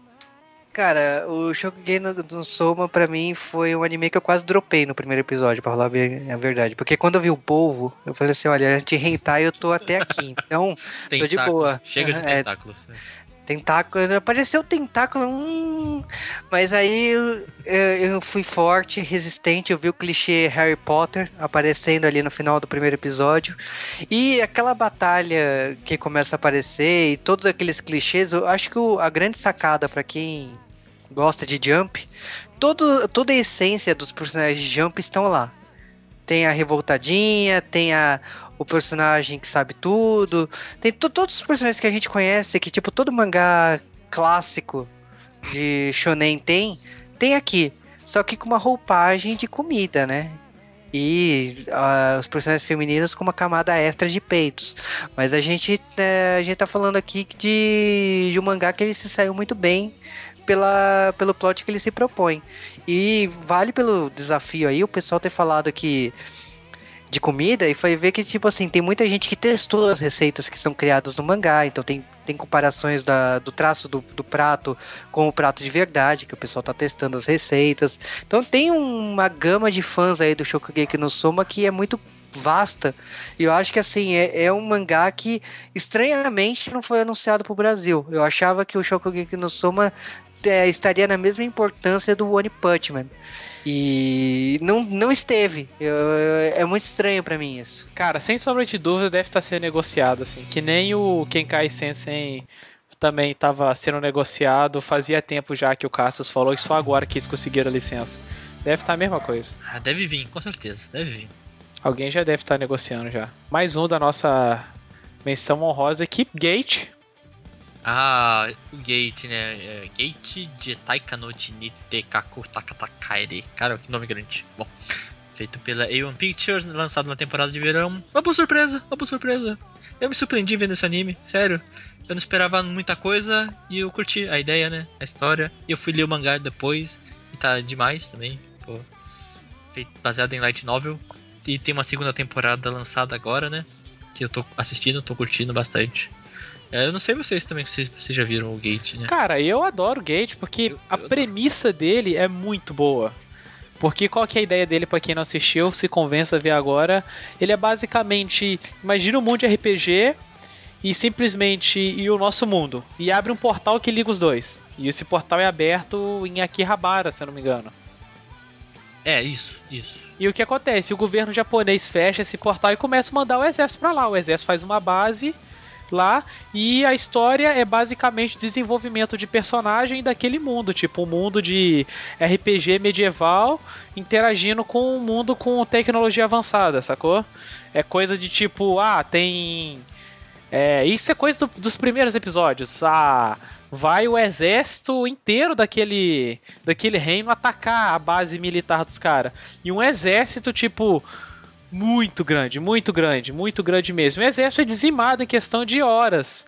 Cara, o Shokugeki no Soma pra mim foi um anime que eu quase dropei no primeiro episódio, pra falar bem a verdade. Porque quando eu vi o polvo, eu falei assim, olha, de hentai eu tô até aqui, então tô de boa. Chega de tentáculos. Tentáculo, apareceu tentáculo, mas aí eu fui forte, resistente, eu vi o clichê Harry Potter aparecendo ali no final do primeiro episódio, e aquela batalha que começa a aparecer, e todos aqueles clichês, eu acho que a grande sacada pra quem gosta de Jump, toda a essência dos personagens de Jump estão lá. Tem a revoltadinha, tem o personagem que sabe tudo, tem todos os personagens que a gente conhece, que tipo todo mangá clássico de shonen tem aqui, só que com uma roupagem de comida, né? E os personagens femininos com uma camada extra de peitos. Mas a gente tá falando aqui de um mangá que ele se saiu muito bem pelo plot que ele se propõe. E vale pelo desafio aí o pessoal ter falado aqui de comida e foi ver que, tipo assim, tem muita gente que testou as receitas que são criadas no mangá, então tem comparações do traço do prato com o prato de verdade, que o pessoal tá testando as receitas. Então tem uma gama de fãs aí do Shokugeki no Soma que é muito vasta, e eu acho que assim, é um mangá que estranhamente não foi anunciado pro Brasil. Eu achava que o Shokugeki no Soma estaria na mesma importância do One Punch Man. E não esteve. É muito estranho pra mim isso. Cara, sem sombra de dúvida deve estar sendo negociado, assim. Que nem o Kenkai Sensen também estava sendo negociado. Fazia tempo já que o Cassius falou e só agora que eles conseguiram a licença. Deve estar a mesma coisa. Ah, deve vir, com certeza. Deve vir. Alguém já deve estar negociando já. Mais um da nossa menção honrosa aqui, Gate. Ah, o Gate, né? Gate de Taika no Jinite Kaku Takatakaere. Cara, que nome grande. Bom, feito pela A1 Pictures, lançado na temporada de verão. Uma boa surpresa. Eu me surpreendi vendo esse anime, sério. Eu não esperava muita coisa e eu curti a ideia, né? A história. E eu fui ler o mangá depois e tá demais também. Pô. Feito baseado em light novel. E tem uma segunda temporada lançada agora, né? Que eu tô assistindo, tô curtindo bastante. Eu não sei vocês também, se vocês já viram o Gate, né? Cara, eu adoro o Gate porque a premissa dele é muito boa. Porque qual que é a ideia dele, pra quem não assistiu, se convença a ver agora. Ele é basicamente, imagina um mundo de RPG e simplesmente o nosso mundo. E abre um portal que liga os dois. E esse portal é aberto em Akihabara, se eu não me engano. Isso. E o que acontece? O governo japonês fecha esse portal e começa a mandar o exército pra lá. O exército faz uma base lá e a história é basicamente desenvolvimento de personagem daquele mundo, tipo um mundo de RPG medieval interagindo com um mundo com tecnologia avançada, sacou? É coisa de tipo, tem... isso é coisa dos primeiros episódios. Vai o exército inteiro daquele reino atacar a base militar dos caras. E um exército, tipo, muito grande mesmo. O exército é dizimado em questão de horas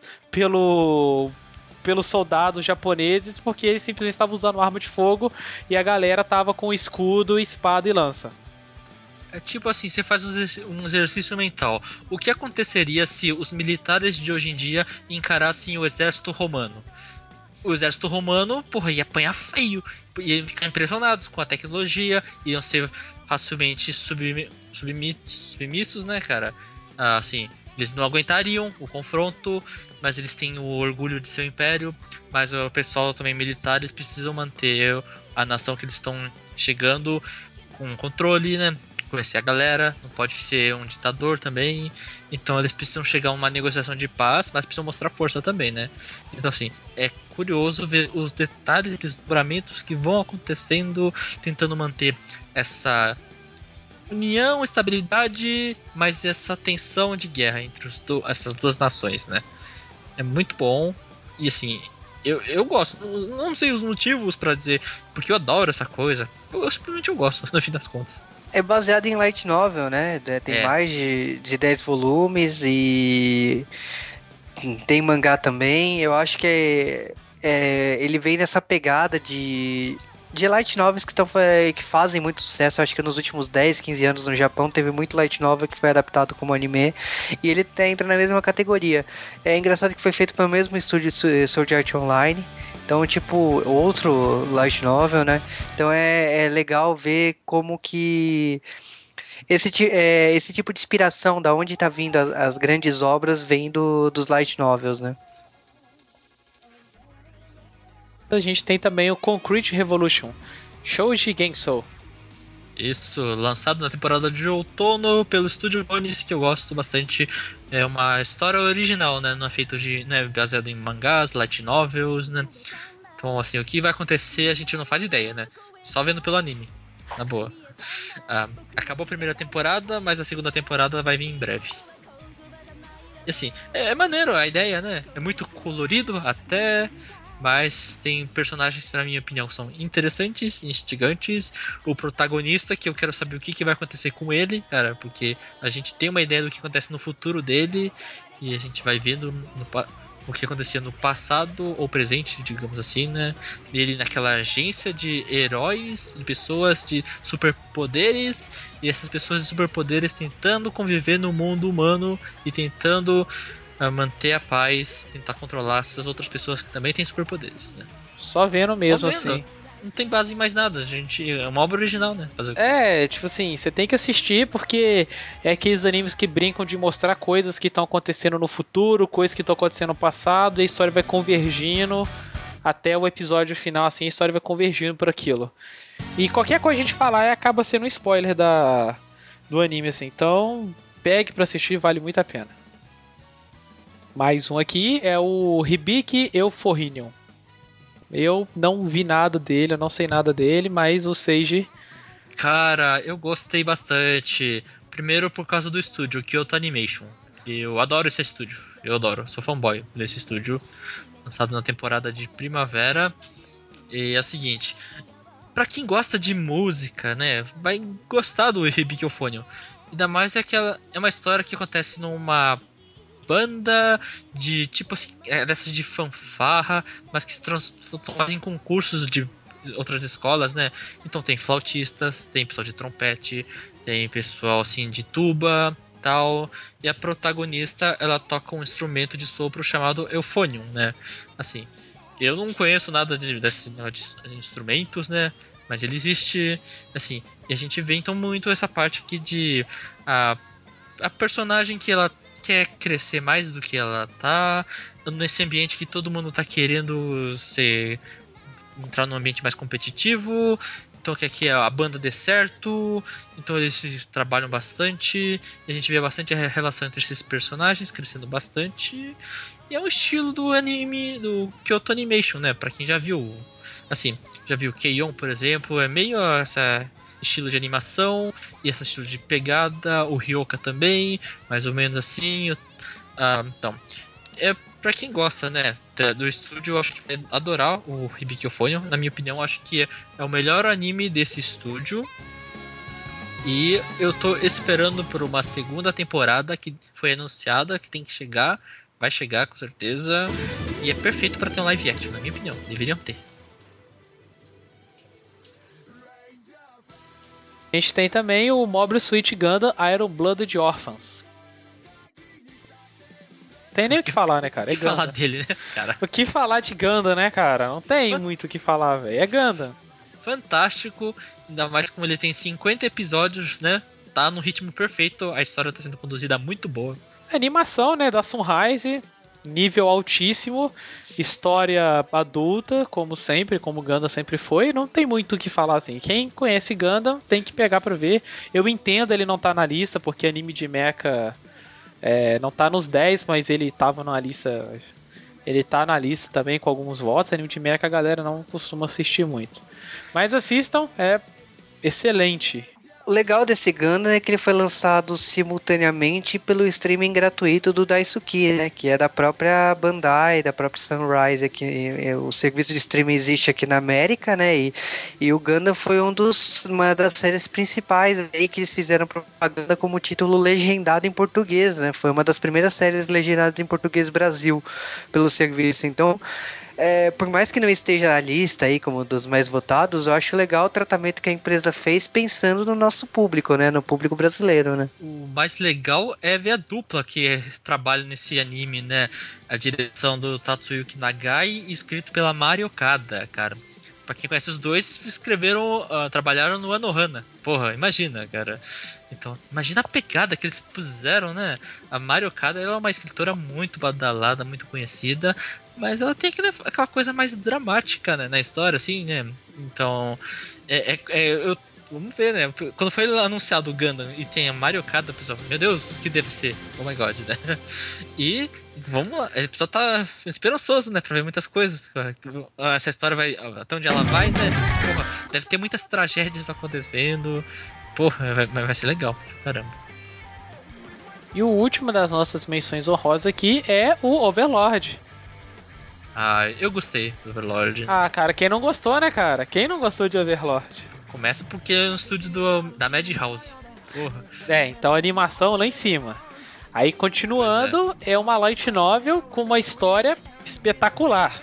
pelos soldados japoneses, porque eles simplesmente estavam usando arma de fogo e a galera tava com escudo, espada e lança. É tipo assim, você faz um exercício mental. O que aconteceria se os militares de hoje em dia encarassem o exército romano? O exército romano, ia apanhar feio. Iam ficar impressionados com a tecnologia, iam ser facilmente submissos, né, cara? Assim, eles não aguentariam o confronto, mas eles têm o orgulho de seu império. Mas o pessoal também militar, eles precisam manter a nação que eles estão chegando com controle, né? Conhecer a galera, não pode ser um ditador também. Então eles precisam chegar a uma negociação de paz, mas precisam mostrar força também, né? Então assim, é curioso ver os detalhes e desdobramentos que vão acontecendo, tentando manter essa união, estabilidade, mas essa tensão de guerra entre essas duas nações, né? É muito bom. E assim, eu gosto. Não sei os motivos pra dizer, porque eu adoro essa coisa. Eu simplesmente gosto, no fim das contas. É baseado em light novel, né? Tem mais de 10 volumes e tem mangá também. Eu acho que ele vem nessa pegada de light novels que fazem muito sucesso. Eu acho que nos últimos 10, 15 anos no Japão teve muito light novel que foi adaptado como anime. E ele entra na mesma categoria. É engraçado que foi feito pelo mesmo estúdio Sword Art Online. Então, tipo, outro light novel, né? Então é legal ver como que esse tipo de inspiração, da onde tá vindo as grandes obras, vem dos light novels, né? A gente tem também o Concrete Revolution, Shouji Gensou. Isso, lançado na temporada de outono pelo estúdio Bonis, que eu gosto bastante. É uma história original, né? Não é feito baseado em mangás, light novels, né? Então, assim, o que vai acontecer a gente não faz ideia, né? Só vendo pelo anime, na boa. Acabou a primeira temporada, mas a segunda temporada vai vir em breve. E assim, é maneiro a ideia, né? É muito colorido até, mas tem personagens, na minha opinião, que são interessantes, instigantes. O protagonista, que eu quero saber o que vai acontecer com ele, cara, porque a gente tem uma ideia do que acontece no futuro dele e a gente vai vendo o que acontecia no passado ou presente, digamos assim, né? Ele naquela agência de heróis, de pessoas de superpoderes, e essas pessoas de superpoderes tentando conviver no mundo humano e tentando manter a paz, tentar controlar essas outras pessoas que também têm superpoderes, né? Só vendo mesmo, Só vendo. assim. Não tem base em mais nada, gente. É uma obra original, né? Tipo assim, você tem que assistir porque é aqueles animes que brincam de mostrar coisas que estão acontecendo no futuro, coisas que estão acontecendo no passado, e a história vai convergindo até o episódio final, assim, a história vai convergindo por aquilo. E qualquer coisa que a gente falar acaba sendo um spoiler do anime, assim. Então, pegue pra assistir, vale muito a pena. Mais um aqui é o Hibiki Euphorinion. Eu não vi nada dele, eu não sei nada dele, mas o Seiji... Cara, eu gostei bastante. Primeiro por causa do estúdio, Kyoto Animation. Eu adoro esse estúdio, sou fanboy desse estúdio. Lançado na temporada de primavera. E é o seguinte, pra quem gosta de música, né, vai gostar do Hibiki Euphorinion. Ainda mais é uma história que acontece numa banda de tipo assim, dessas de fanfarra, mas que se fazem concursos de outras escolas, né? Então tem flautistas, tem pessoal de trompete, tem pessoal assim de tuba, tal. E a protagonista, ela toca um instrumento de sopro chamado euphonium, né? Assim, eu não conheço nada de instrumentos, né? Mas ele existe, assim, e a gente vê então muito essa parte aqui de a personagem que ela quer crescer mais do que ela tá, nesse ambiente que todo mundo tá querendo entrar num ambiente mais competitivo, então que aqui a banda dê certo, então eles trabalham bastante, e a gente vê bastante a relação entre esses personagens crescendo bastante, e é um estilo do anime, do Kyoto Animation, né, pra quem já viu, assim, já viu Keion, por exemplo, é meio essa estilo de animação e esse estilo de pegada, o Ryoka também, mais ou menos assim. Então, pra quem gosta, né, do estúdio, eu acho que vai adorar o Hibiki Euphonium. Na minha opinião, eu acho que é o melhor anime desse estúdio. E eu tô esperando por uma segunda temporada que foi anunciada, que tem que chegar, vai chegar com certeza. E é perfeito pra ter um live action, na minha opinião. Deveriam ter. A gente tem também o Mobile Suit Gundam Iron Blooded Orphans. Tem nem o que falar, né, cara? O que falar dele, né, cara? O que falar de Gundam, né, cara? Não tem muito o que falar, velho. É Gundam. Fantástico, ainda mais como ele tem 50 episódios, né? Tá no ritmo perfeito, a história tá sendo conduzida muito boa. Animação, né, da Sunrise, nível altíssimo, história adulta, como sempre, como Gundam sempre foi, não tem muito o que falar assim. Quem conhece Gundam tem que pegar pra ver. Eu entendo ele não tá na lista, porque anime de mecha não tá nos 10, mas ele tava na lista. Ele tá na lista também com alguns votos. Anime de mecha a galera não costuma assistir muito. Mas assistam, é excelente. O legal desse Gundam é que ele foi lançado simultaneamente pelo streaming gratuito do Daisuki, né? Que é da própria Bandai, da própria Sunrise. O serviço de streaming existe aqui na América, né? E o Gundam foi uma das séries principais aí que eles fizeram propaganda como título legendado em português, né? Foi uma das primeiras séries legendadas em português Brasil pelo serviço. Então, por mais que não esteja na lista aí como dos mais votados, eu acho legal o tratamento que a empresa fez pensando no nosso público, né? No público brasileiro, né? O mais legal é ver a dupla que trabalha nesse anime, né? A direção do Tatsuyuki Nagai, escrito pela Mari Okada, cara. Pra quem conhece os dois, trabalharam no Anohana. Porra, imagina, cara. Então, imagina a pegada que eles puseram, né? A Mari Okada, ela é uma escritora muito badalada, muito conhecida, mas ela tem aquela coisa mais dramática, né, na história, assim, né? Então, vamos ver, né? Quando foi anunciado o Gundam e tem a Mari Okada, o pessoal, meu Deus, que deve ser? Oh my god, né? E vamos lá, o pessoal tá esperançoso, né? Pra ver muitas coisas. Essa história vai, até onde ela vai, né? Porra, deve ter muitas tragédias acontecendo. Porra, vai ser legal, caramba. E o último das nossas menções honrosas aqui é o Overlord. Ah, eu gostei do Overlord. Ah, cara, quem não gostou, né, cara? Quem não gostou de Overlord? Começa porque é um estúdio da Madhouse. Porra. Então a animação lá em cima. Aí continuando, é uma light novel com uma história espetacular.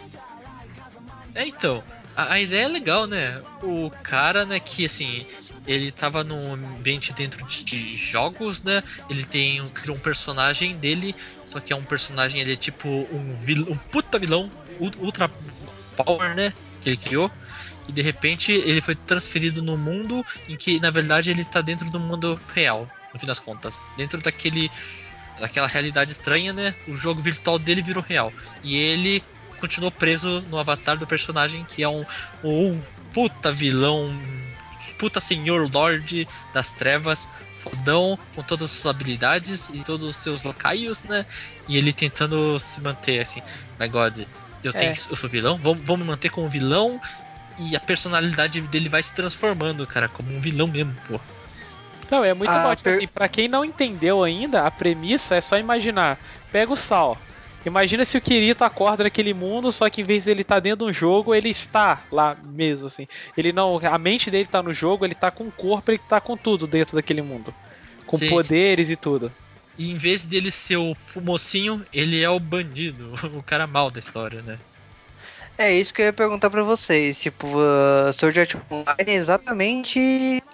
Então, a ideia é legal, né? O cara, né, que assim, ele tava num ambiente dentro de jogos, né? Ele criou um personagem dele, só que é um personagem, ele é tipo um puta vilão, ultra power, né? Que ele criou. E de repente ele foi transferido no mundo em que, na verdade, ele tá dentro do mundo real, no fim das contas. Dentro daquela realidade estranha, né? O jogo virtual dele virou real. E ele continuou preso no avatar do personagem, que é um puta vilão, puta senhor lord das trevas, fodão, com todas as suas habilidades e todos os seus lacaios, né? E ele tentando se manter assim, my god, eu sou vilão, vou me manter como vilão. E a personalidade dele vai se transformando, cara, como um vilão mesmo, pô. Não, é muito bom. Tipo assim, pra quem não entendeu ainda, a premissa é só imaginar. Pega o Sal. Imagina se o Kirito acorda naquele mundo, só que em vez de ele estar dentro de um jogo, ele está lá mesmo, assim. Ele não. A mente dele tá no jogo, ele tá com o corpo, ele tá com tudo dentro daquele mundo. Com Sim. Poderes e tudo. E em vez dele ser o mocinho, ele é o bandido, o cara mal da história, né? É isso que eu ia perguntar pra vocês. Tipo, Sword Art Online exatamente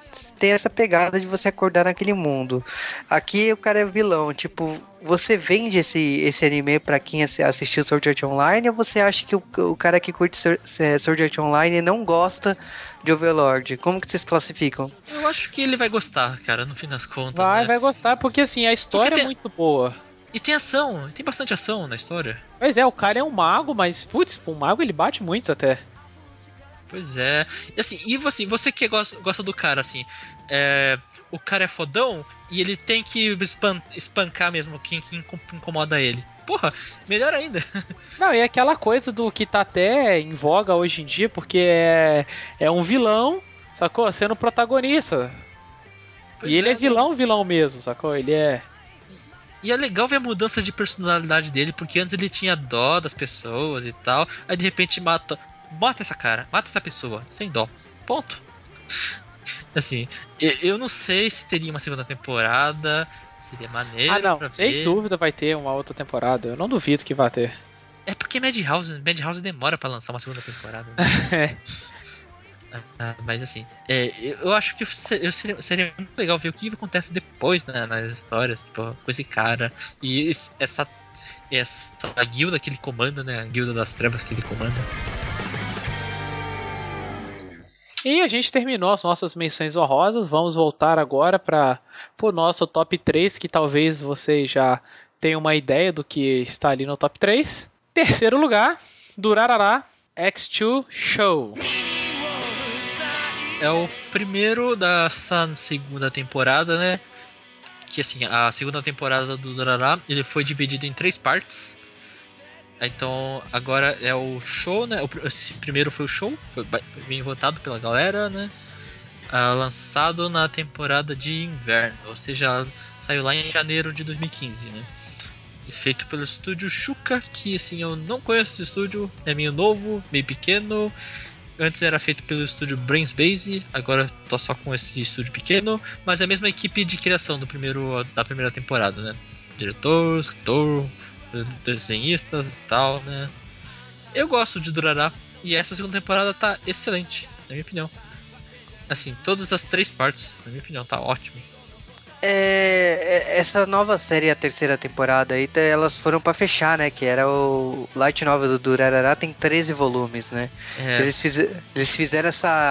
tem essa pegada de você acordar naquele mundo. Aqui o cara é vilão, tipo, você vende esse anime pra quem assistiu Sword Art Online, ou você acha que o cara que curte Sword Art Online não gosta de Overlord? Como que vocês classificam? Eu acho que ele vai gostar, cara, no fim das contas, Vai, né? vai gostar, porque assim, a história é muito boa. E tem ação, tem bastante ação na história. Pois é, o cara é um mago, mas, putz, um mago ele bate muito até. Pois é. E assim, você que gosta do cara, assim, o cara é fodão e ele tem que espancar mesmo quem incomoda ele. Porra, melhor ainda. Não, e aquela coisa do que tá até em voga hoje em dia, porque é um vilão, sacou? Sendo protagonista. Pois e ele é né? vilão mesmo, sacou? Ele é... E é legal ver a mudança de personalidade dele, porque antes ele tinha dó das pessoas e tal, aí de repente mata essa cara, mata essa pessoa, sem dó. Ponto. Assim, eu não sei se teria uma segunda temporada, seria maneiro não, pra sem ver. dúvida vai ter uma outra temporada, eu não duvido que vai ter. É porque Madhouse demora pra lançar uma segunda temporada. Né? Mas assim, eu acho que seria muito legal ver o que acontece depois, né, nas histórias, tipo, com esse cara. E essa guilda que ele comanda, né? A guilda das trevas que ele comanda. E a gente terminou as nossas menções honrosas. Vamos voltar agora para o nosso top 3, que talvez você já tenha uma ideia do que está ali no top 3. Terceiro lugar, Durarara X2 Show. É o primeiro dessa segunda temporada, né? Que assim, a segunda temporada do Durarara, ele foi dividido em 3 partes. Então agora é o show, né? Esse primeiro foi o show, foi bem votado pela galera, né? Lançado na temporada de inverno, ou seja, saiu lá em janeiro de 2015, né? E feito pelo estúdio Shuka, que assim, eu não conheço esse estúdio, é meio novo, meio pequeno. Antes era feito pelo estúdio Brains Base, agora tô só com esse estúdio pequeno, mas é a mesma equipe de criação da primeira temporada, né? Diretor, escritor, desenhistas e tal, né? Eu gosto de Durarara e essa segunda temporada tá excelente, na minha opinião. Assim, todas as 3 partes, na minha opinião, tá ótimo. Essa nova série, a terceira temporada aí, elas foram pra fechar, né? Que era o Light Novel do Durarara, tem 13 volumes, né? Eles fizeram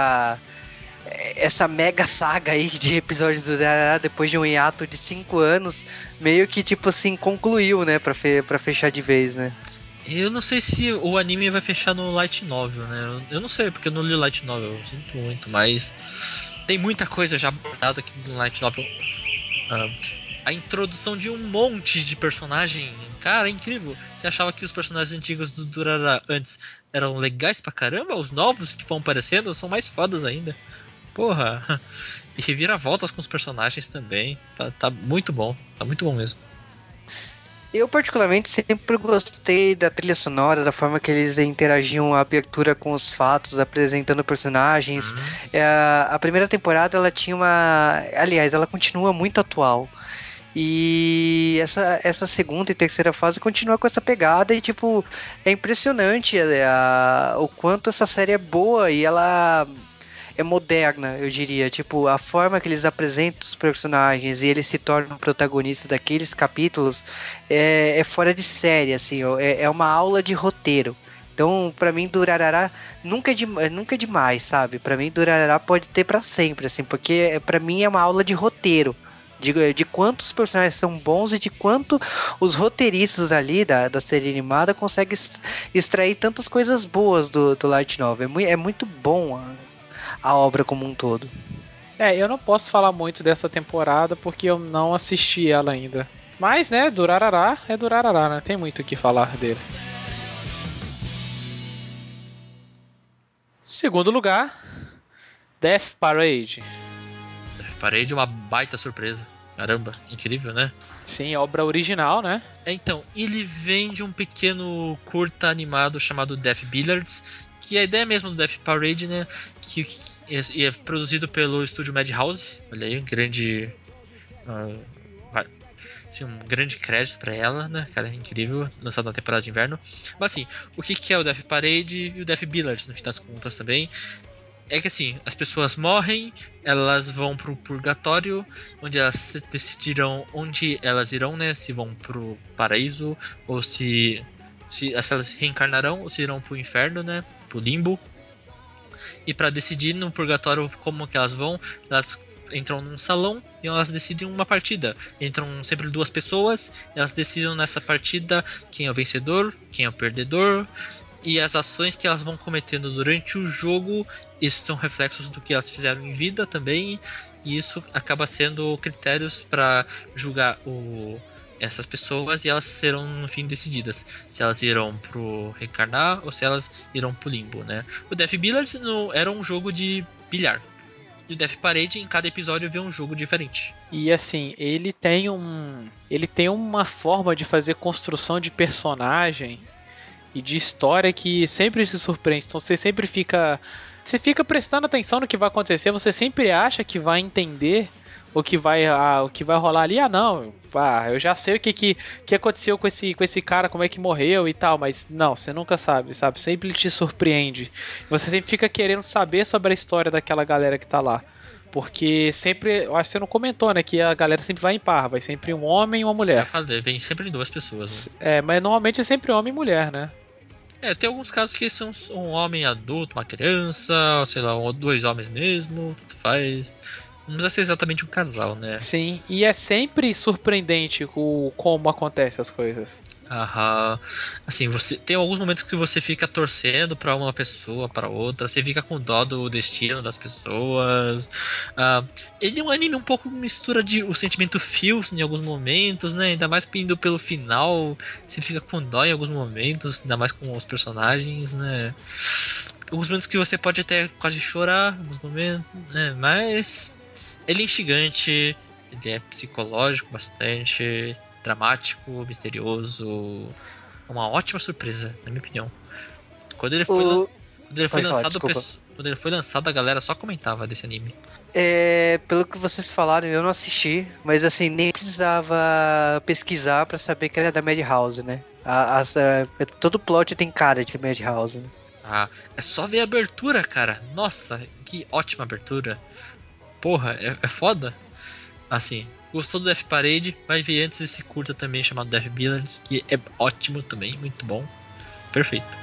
essa mega saga aí de episódios do Durarara depois de um hiato de 5 anos, meio que tipo assim, concluiu, né? Pra fechar de vez, né? Eu não sei se o anime vai fechar no Light Novel, né? Eu não sei, porque eu não li o Light Novel, eu sinto muito, mas tem muita coisa já abordada aqui no Light Novel. A introdução de um monte de personagem, cara, é incrível. Você achava que os personagens antigos do Durarara antes eram legais pra caramba? Os novos que vão aparecendo são mais fodas ainda. Porra. E reviravoltas com os personagens também. Tá muito bom. Tá muito bom mesmo. Eu particularmente sempre gostei da trilha sonora, da forma que eles interagiam a abertura com os fatos, apresentando personagens. A primeira temporada ela tinha aliás, ela continua muito atual. E essa segunda e terceira fase continua com essa pegada e tipo, é impressionante o quanto essa série é boa e ela é moderna, eu diria. Tipo, a forma que eles apresentam os personagens e eles se tornam protagonistas daqueles capítulos é fora de série, assim, é uma aula de roteiro. Então, pra mim, Durarara nunca é demais, sabe? Pra mim, Durarara pode ter pra sempre, assim, porque pra mim é uma aula de roteiro. De quantos personagens são bons e de quanto os roteiristas ali da série animada conseguem extrair tantas coisas boas do Light Novel. É muito bom a obra como um todo. Eu não posso falar muito dessa temporada porque eu não assisti ela ainda. Mas, né, Durarara é Durarara, né? Tem muito o que falar dele. Segundo lugar, Death Parade. Death Parade é uma baita surpresa. Caramba, incrível, né? Sim, obra original, né? Então, ele vem de um pequeno curta animado chamado Death Billiards, que a ideia mesmo do Death Parade, né? Que é produzido pelo estúdio Madhouse. Olha aí, um grande crédito pra ela, né? Cara, é incrível, lançado na temporada de inverno. Mas assim, o que é o Death Parade e o Death Billiards, no fim das contas também? é que assim, as pessoas morrem, elas vão pro purgatório, onde elas decidirão onde elas irão, né? Se vão pro paraíso, ou se elas reencarnarão, ou se irão pro inferno, né? Pro limbo. E para decidir no purgatório como que elas vão, elas entram num salão e elas decidem uma partida. Entram sempre 2 pessoas, elas decidem nessa partida quem é o vencedor, quem é o perdedor. E as ações que elas vão cometendo durante o jogo, esses são reflexos do que elas fizeram em vida também. E isso acaba sendo critérios para julgar essas pessoas, e elas serão no fim decididas se elas irão pro reencarnar ou se elas irão pro limbo, né? O Death Billiards era um jogo de bilhar. E o Death Parade, em cada episódio, vê um jogo diferente. E assim, ele tem uma forma de fazer construção de personagem e de história que sempre se surpreende. Então você sempre fica prestando atenção no que vai acontecer, você sempre acha que vai entender o que vai rolar ali. Eu já sei o que aconteceu com esse cara, como é que morreu e tal, mas não, você nunca sabe? Sempre te surpreende. Você sempre fica querendo saber sobre a história daquela galera que tá lá. Porque sempre, eu acho que você não comentou, né, que a galera sempre vai em par, vai sempre um homem e uma mulher. Eu falei, vem sempre 2 pessoas, né? Mas normalmente é sempre homem e mulher, né? Tem alguns casos que são um homem adulto, uma criança, sei lá, 2 homens mesmo, tudo faz. Não precisa ser exatamente um casal, né? Sim, e é sempre surpreendente como acontecem as coisas. Aham. Assim, você tem alguns momentos que você fica torcendo pra uma pessoa, pra outra, você fica com dó do destino das pessoas. Ele é um anime um pouco mistura de o sentimento feels em alguns momentos, né? Ainda mais indo pelo final, você fica com dó em alguns momentos, ainda mais com os personagens, né? Alguns momentos que você pode até quase chorar, alguns momentos, né? Mas ele é instigante, ele é psicológico bastante, dramático, misterioso. Uma ótima surpresa, na minha opinião. Quando ele foi lançado, a galera só comentava desse anime. Pelo que vocês falaram, eu não assisti, mas assim, nem precisava pesquisar pra saber que era da Madhouse, né? Todo plot tem cara de Madhouse, né? É só ver a abertura, cara. Nossa, que ótima abertura. Porra, é foda. Assim, gostou do Death Parade, vai ver antes esse curta também chamado Death Billiards, que é ótimo também, muito bom. Perfeito.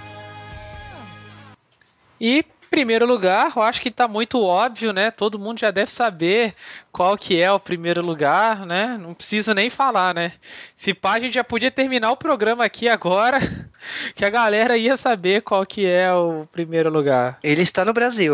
E, em primeiro lugar, eu acho que tá muito óbvio, né? Todo mundo já deve saber qual que é o primeiro lugar, né? Não preciso nem falar, né? Se pá, a gente já podia terminar o programa aqui agora, que a galera ia saber qual que é o primeiro lugar. Ele está no Brasil.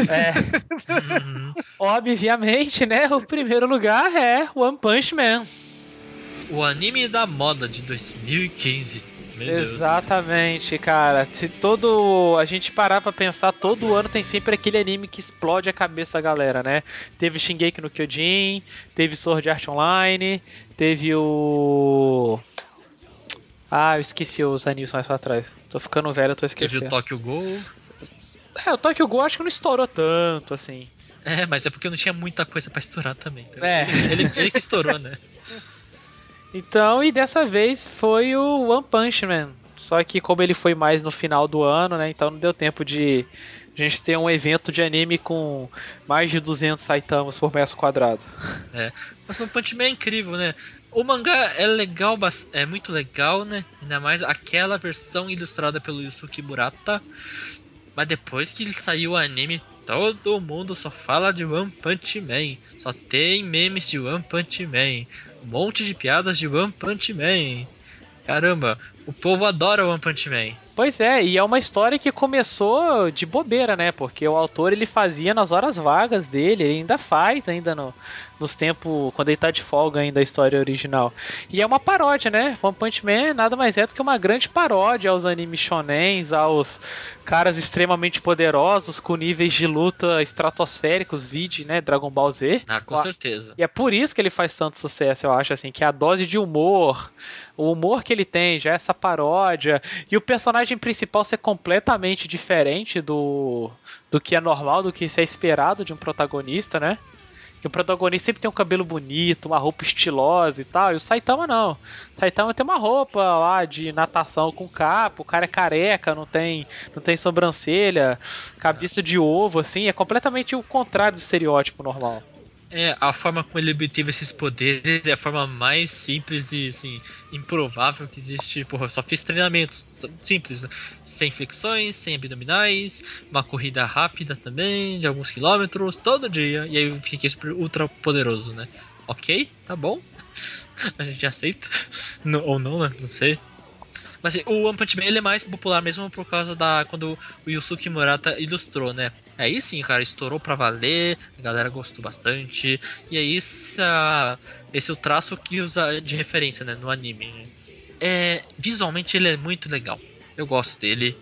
Obviamente, né? O primeiro lugar é One Punch Man. O anime da moda de 2015. Meu Exatamente, Deus. Cara. Se a gente parar pra pensar, todo ano tem sempre aquele anime que explode a cabeça da galera, né? Teve Shingeki no Kyojin, teve Sword Art Online, teve o... eu esqueci os animes mais pra trás. Tô ficando velho, eu tô esquecendo. Teve o Tokyo Ghoul. O Tokyo Ghoul acho que não estourou tanto, assim. Mas é porque não tinha muita coisa pra estourar também. Então ele que estourou, né? Então, e dessa vez foi o One Punch Man. Só que como ele foi mais no final do ano, né? Então não deu tempo de a gente ter um evento de anime com mais de 200 Saitamas por metro quadrado. Mas o One Punch Man é incrível, né? O mangá é legal, é muito legal, né? Ainda mais aquela versão ilustrada pelo Yusuke Murata. Mas depois que saiu o anime, todo mundo só fala de One Punch Man. Só tem memes de One Punch Man. Um monte de piadas de One Punch Man. Caramba, o povo adora One Punch Man. Pois é, e é uma história que começou de bobeira, né? Porque o autor ele fazia nas horas vagas dele, ele ainda faz nos tempos, quando ele tá de folga ainda a história original. E é uma paródia, né? One Punch Man nada mais é do que uma grande paródia aos animes shonens, aos caras extremamente poderosos com níveis de luta estratosféricos, vide, né? Dragon Ball Z. Com certeza. E é por isso que ele faz tanto sucesso, eu acho, assim, que a dose de humor, o humor que ele tem, já essa paródia, e o personagem principal ser completamente diferente do que é normal, do que é esperado de um protagonista, né? Que o protagonista sempre tem um cabelo bonito, uma roupa estilosa e tal, e o Saitama não. O Saitama tem uma roupa lá de natação com capa, o cara é careca, não tem sobrancelha, cabeça de ovo, assim, é completamente o contrário do estereótipo normal. A forma como ele obteve esses poderes é a forma mais simples e, assim, improvável que existe. Porra, eu só fiz treinamentos simples, né? Sem flexões, sem abdominais, uma corrida rápida também, de alguns quilômetros, todo dia. E aí eu fiquei super ultra poderoso, né? Ok, tá bom. A gente aceita. Ou não, né? Não sei. Mas assim, o One Punch Man ele é mais popular mesmo por causa da quando o Yusuke Murata ilustrou, né? Aí sim, cara, estourou pra valer, a galera gostou bastante. E aí esse é o traço que usa de referência, né, no anime. Visualmente ele é muito legal. Eu gosto dele.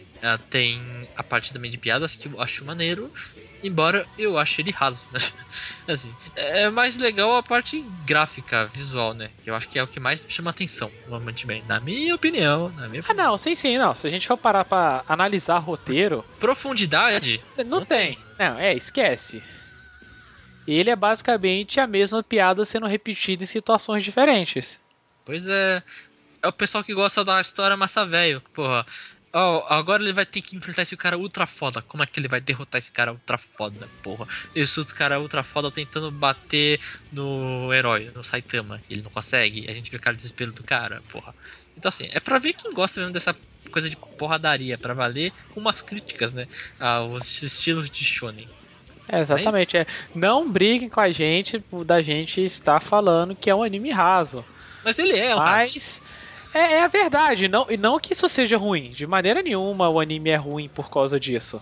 Tem a parte também de piadas que eu acho maneiro. Embora eu ache ele raso, né? Assim, é mais legal a parte gráfica, visual, né? Que eu acho que é o que mais chama atenção no One Punch Man, na minha opinião. Não, sim, não. Se a gente for parar pra analisar roteiro... Profundidade? Não tem. Não, esquece. Ele é basicamente a mesma piada sendo repetida em situações diferentes. Pois é. É o pessoal que gosta da história massa velho, porra. Agora ele vai ter que enfrentar esse cara ultra foda. Como é que ele vai derrotar esse cara ultra foda, porra? Esse outro cara ultra foda tentando bater no herói, no Saitama. Ele não consegue. A gente vê o cara desespero do cara, porra. Então assim, é pra ver quem gosta mesmo dessa coisa de porradaria, pra valer, com umas críticas, né? Aos estilos de shonen. Exatamente. Não briguem com a gente da gente estar falando que é um anime raso. Mas ele é um raso. É a verdade, e não que isso seja ruim. De maneira nenhuma o anime é ruim por causa disso.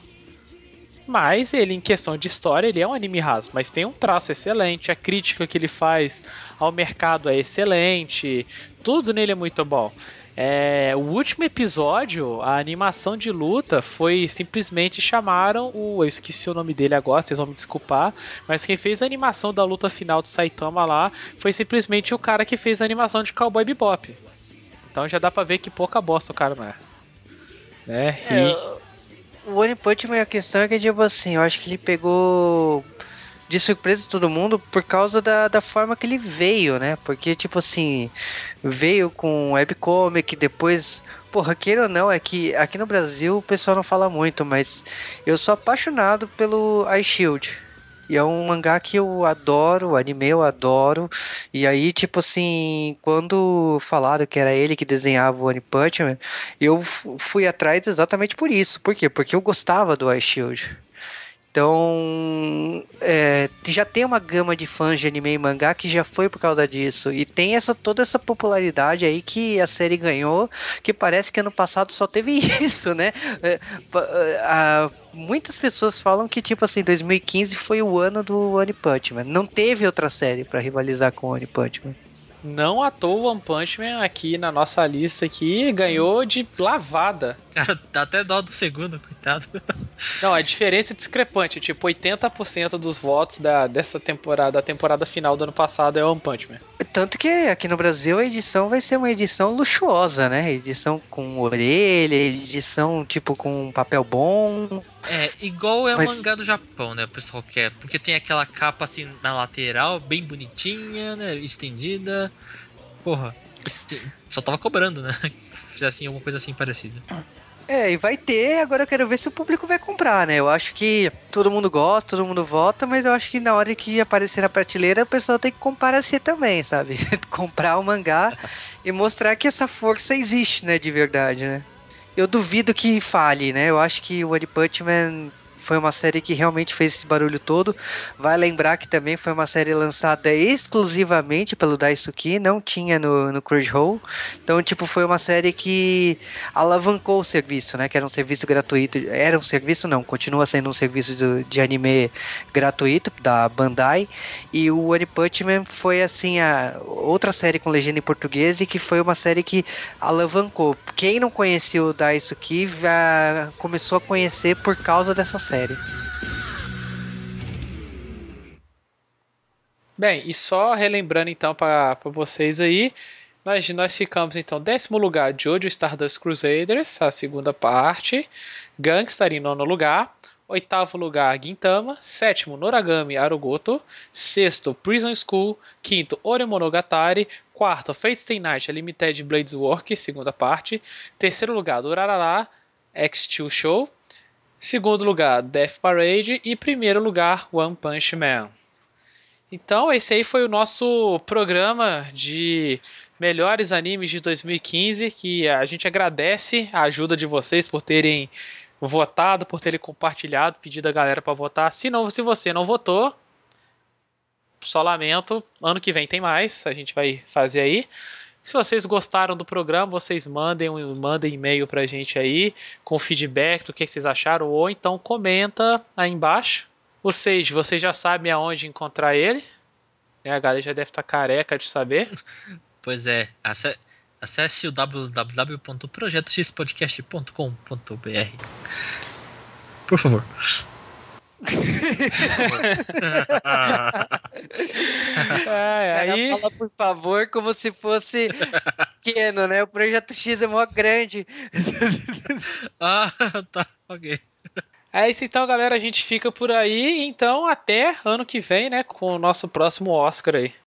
Mas ele, em questão de história, ele é um anime raso. Mas tem um traço excelente, a crítica que ele faz ao mercado é excelente. Tudo nele é muito bom. O último episódio, a animação de luta foi simplesmente chamaram eu esqueci o nome dele agora, vocês vão me desculpar, mas quem fez a animação da luta final do Saitama lá foi simplesmente o cara que fez a animação de Cowboy Bebop. Então já dá pra ver que pouca bosta o cara não é. O One Punch Man, a questão é que, tipo assim, eu acho que ele pegou de surpresa todo mundo por causa da forma que ele veio, né? Porque, tipo assim, veio com webcomic, depois... Porra, queira ou não, é que aqui no Brasil o pessoal não fala muito, mas eu sou apaixonado pelo iShield. E é um mangá que eu adoro, o anime eu adoro. E aí, tipo assim, quando falaram que era ele que desenhava o One Punch Man, eu fui atrás exatamente por isso. Por quê? Porque eu gostava do iShield. Então, já tem uma gama de fãs de anime e mangá que já foi por causa disso. E tem toda essa popularidade aí que a série ganhou, que parece que ano passado só teve isso, né? Muitas pessoas falam que, tipo assim, 2015 foi o ano do One Punch Man. Não teve outra série pra rivalizar com o One Punch Man. Não à toa o One Punch Man aqui na nossa lista aqui ganhou de lavada. Cara, dá até dó do segundo, coitado. Não, a diferença é discrepante. Tipo, 80% dos votos dessa temporada, a temporada final do ano passado é o One Punch Man. Tanto que aqui no Brasil a edição vai ser uma edição luxuosa, né? Edição com orelha, edição tipo com papel bom. Igual o mangá do Japão, né? O pessoal quer. Porque tem aquela capa assim na lateral, bem bonitinha, né? Estendida. Porra, só tava cobrando, né? Fizessem alguma coisa assim parecida. E vai ter, agora eu quero ver se o público vai comprar, né? Eu acho que todo mundo gosta, todo mundo vota, mas eu acho que na hora que aparecer na prateleira, o pessoal tem que comparecer também, sabe? Comprar o mangá e mostrar que essa força existe, né? De verdade, né? Eu duvido que fale, né? Eu acho que o One Punch Man foi uma série que realmente fez esse barulho todo. Vai lembrar que também foi uma série lançada exclusivamente pelo Daisuke, não tinha no Crunchyroll. Então, tipo, foi uma série que alavancou o serviço, né? Que era um serviço gratuito. Era um serviço, não, continua sendo um serviço de anime gratuito da Bandai. E o One Punch Man foi, assim, a outra série com legenda em português e que foi uma série que alavancou. Quem não conhecia o Daisuke começou a conhecer por causa dessa série. Bem, e só relembrando então para vocês aí, nós ficamos então 10º lugar Jojo Stardust Crusaders, a segunda parte, Gangstar em 9º lugar, Oitavo lugar, Gintama. Sétimo, Noragami Arugoto. Sexto, Prison School. Quinto, Ore Monogatari. Quarto, Fate Stay Night Limited Blades Work, segunda parte. Terceiro lugar, Durarara X2 Show. Segundo lugar, Death Parade. E primeiro lugar, One Punch Man. Então, esse aí foi o nosso programa de melhores animes de 2015, que a gente agradece a ajuda de vocês por terem votado, por terem compartilhado, pedido a galera para votar. Se você não votou, só lamento, ano que vem tem mais, a gente vai fazer aí. Se vocês gostaram do programa, vocês mandem e-mail pra gente aí com feedback do que vocês acharam, ou então comenta aí embaixo. Vocês já sabem aonde encontrar ele. A galera já deve estar careca de saber. Pois é, acesse o www.projetoxpodcast.com.br. Por favor. Aí... Fala por favor como se fosse pequeno, né? O Projeto X é mó grande. Tá, ok. É isso então, galera. A gente fica por aí. Então, até ano que vem, né? Com o nosso próximo Oscar aí.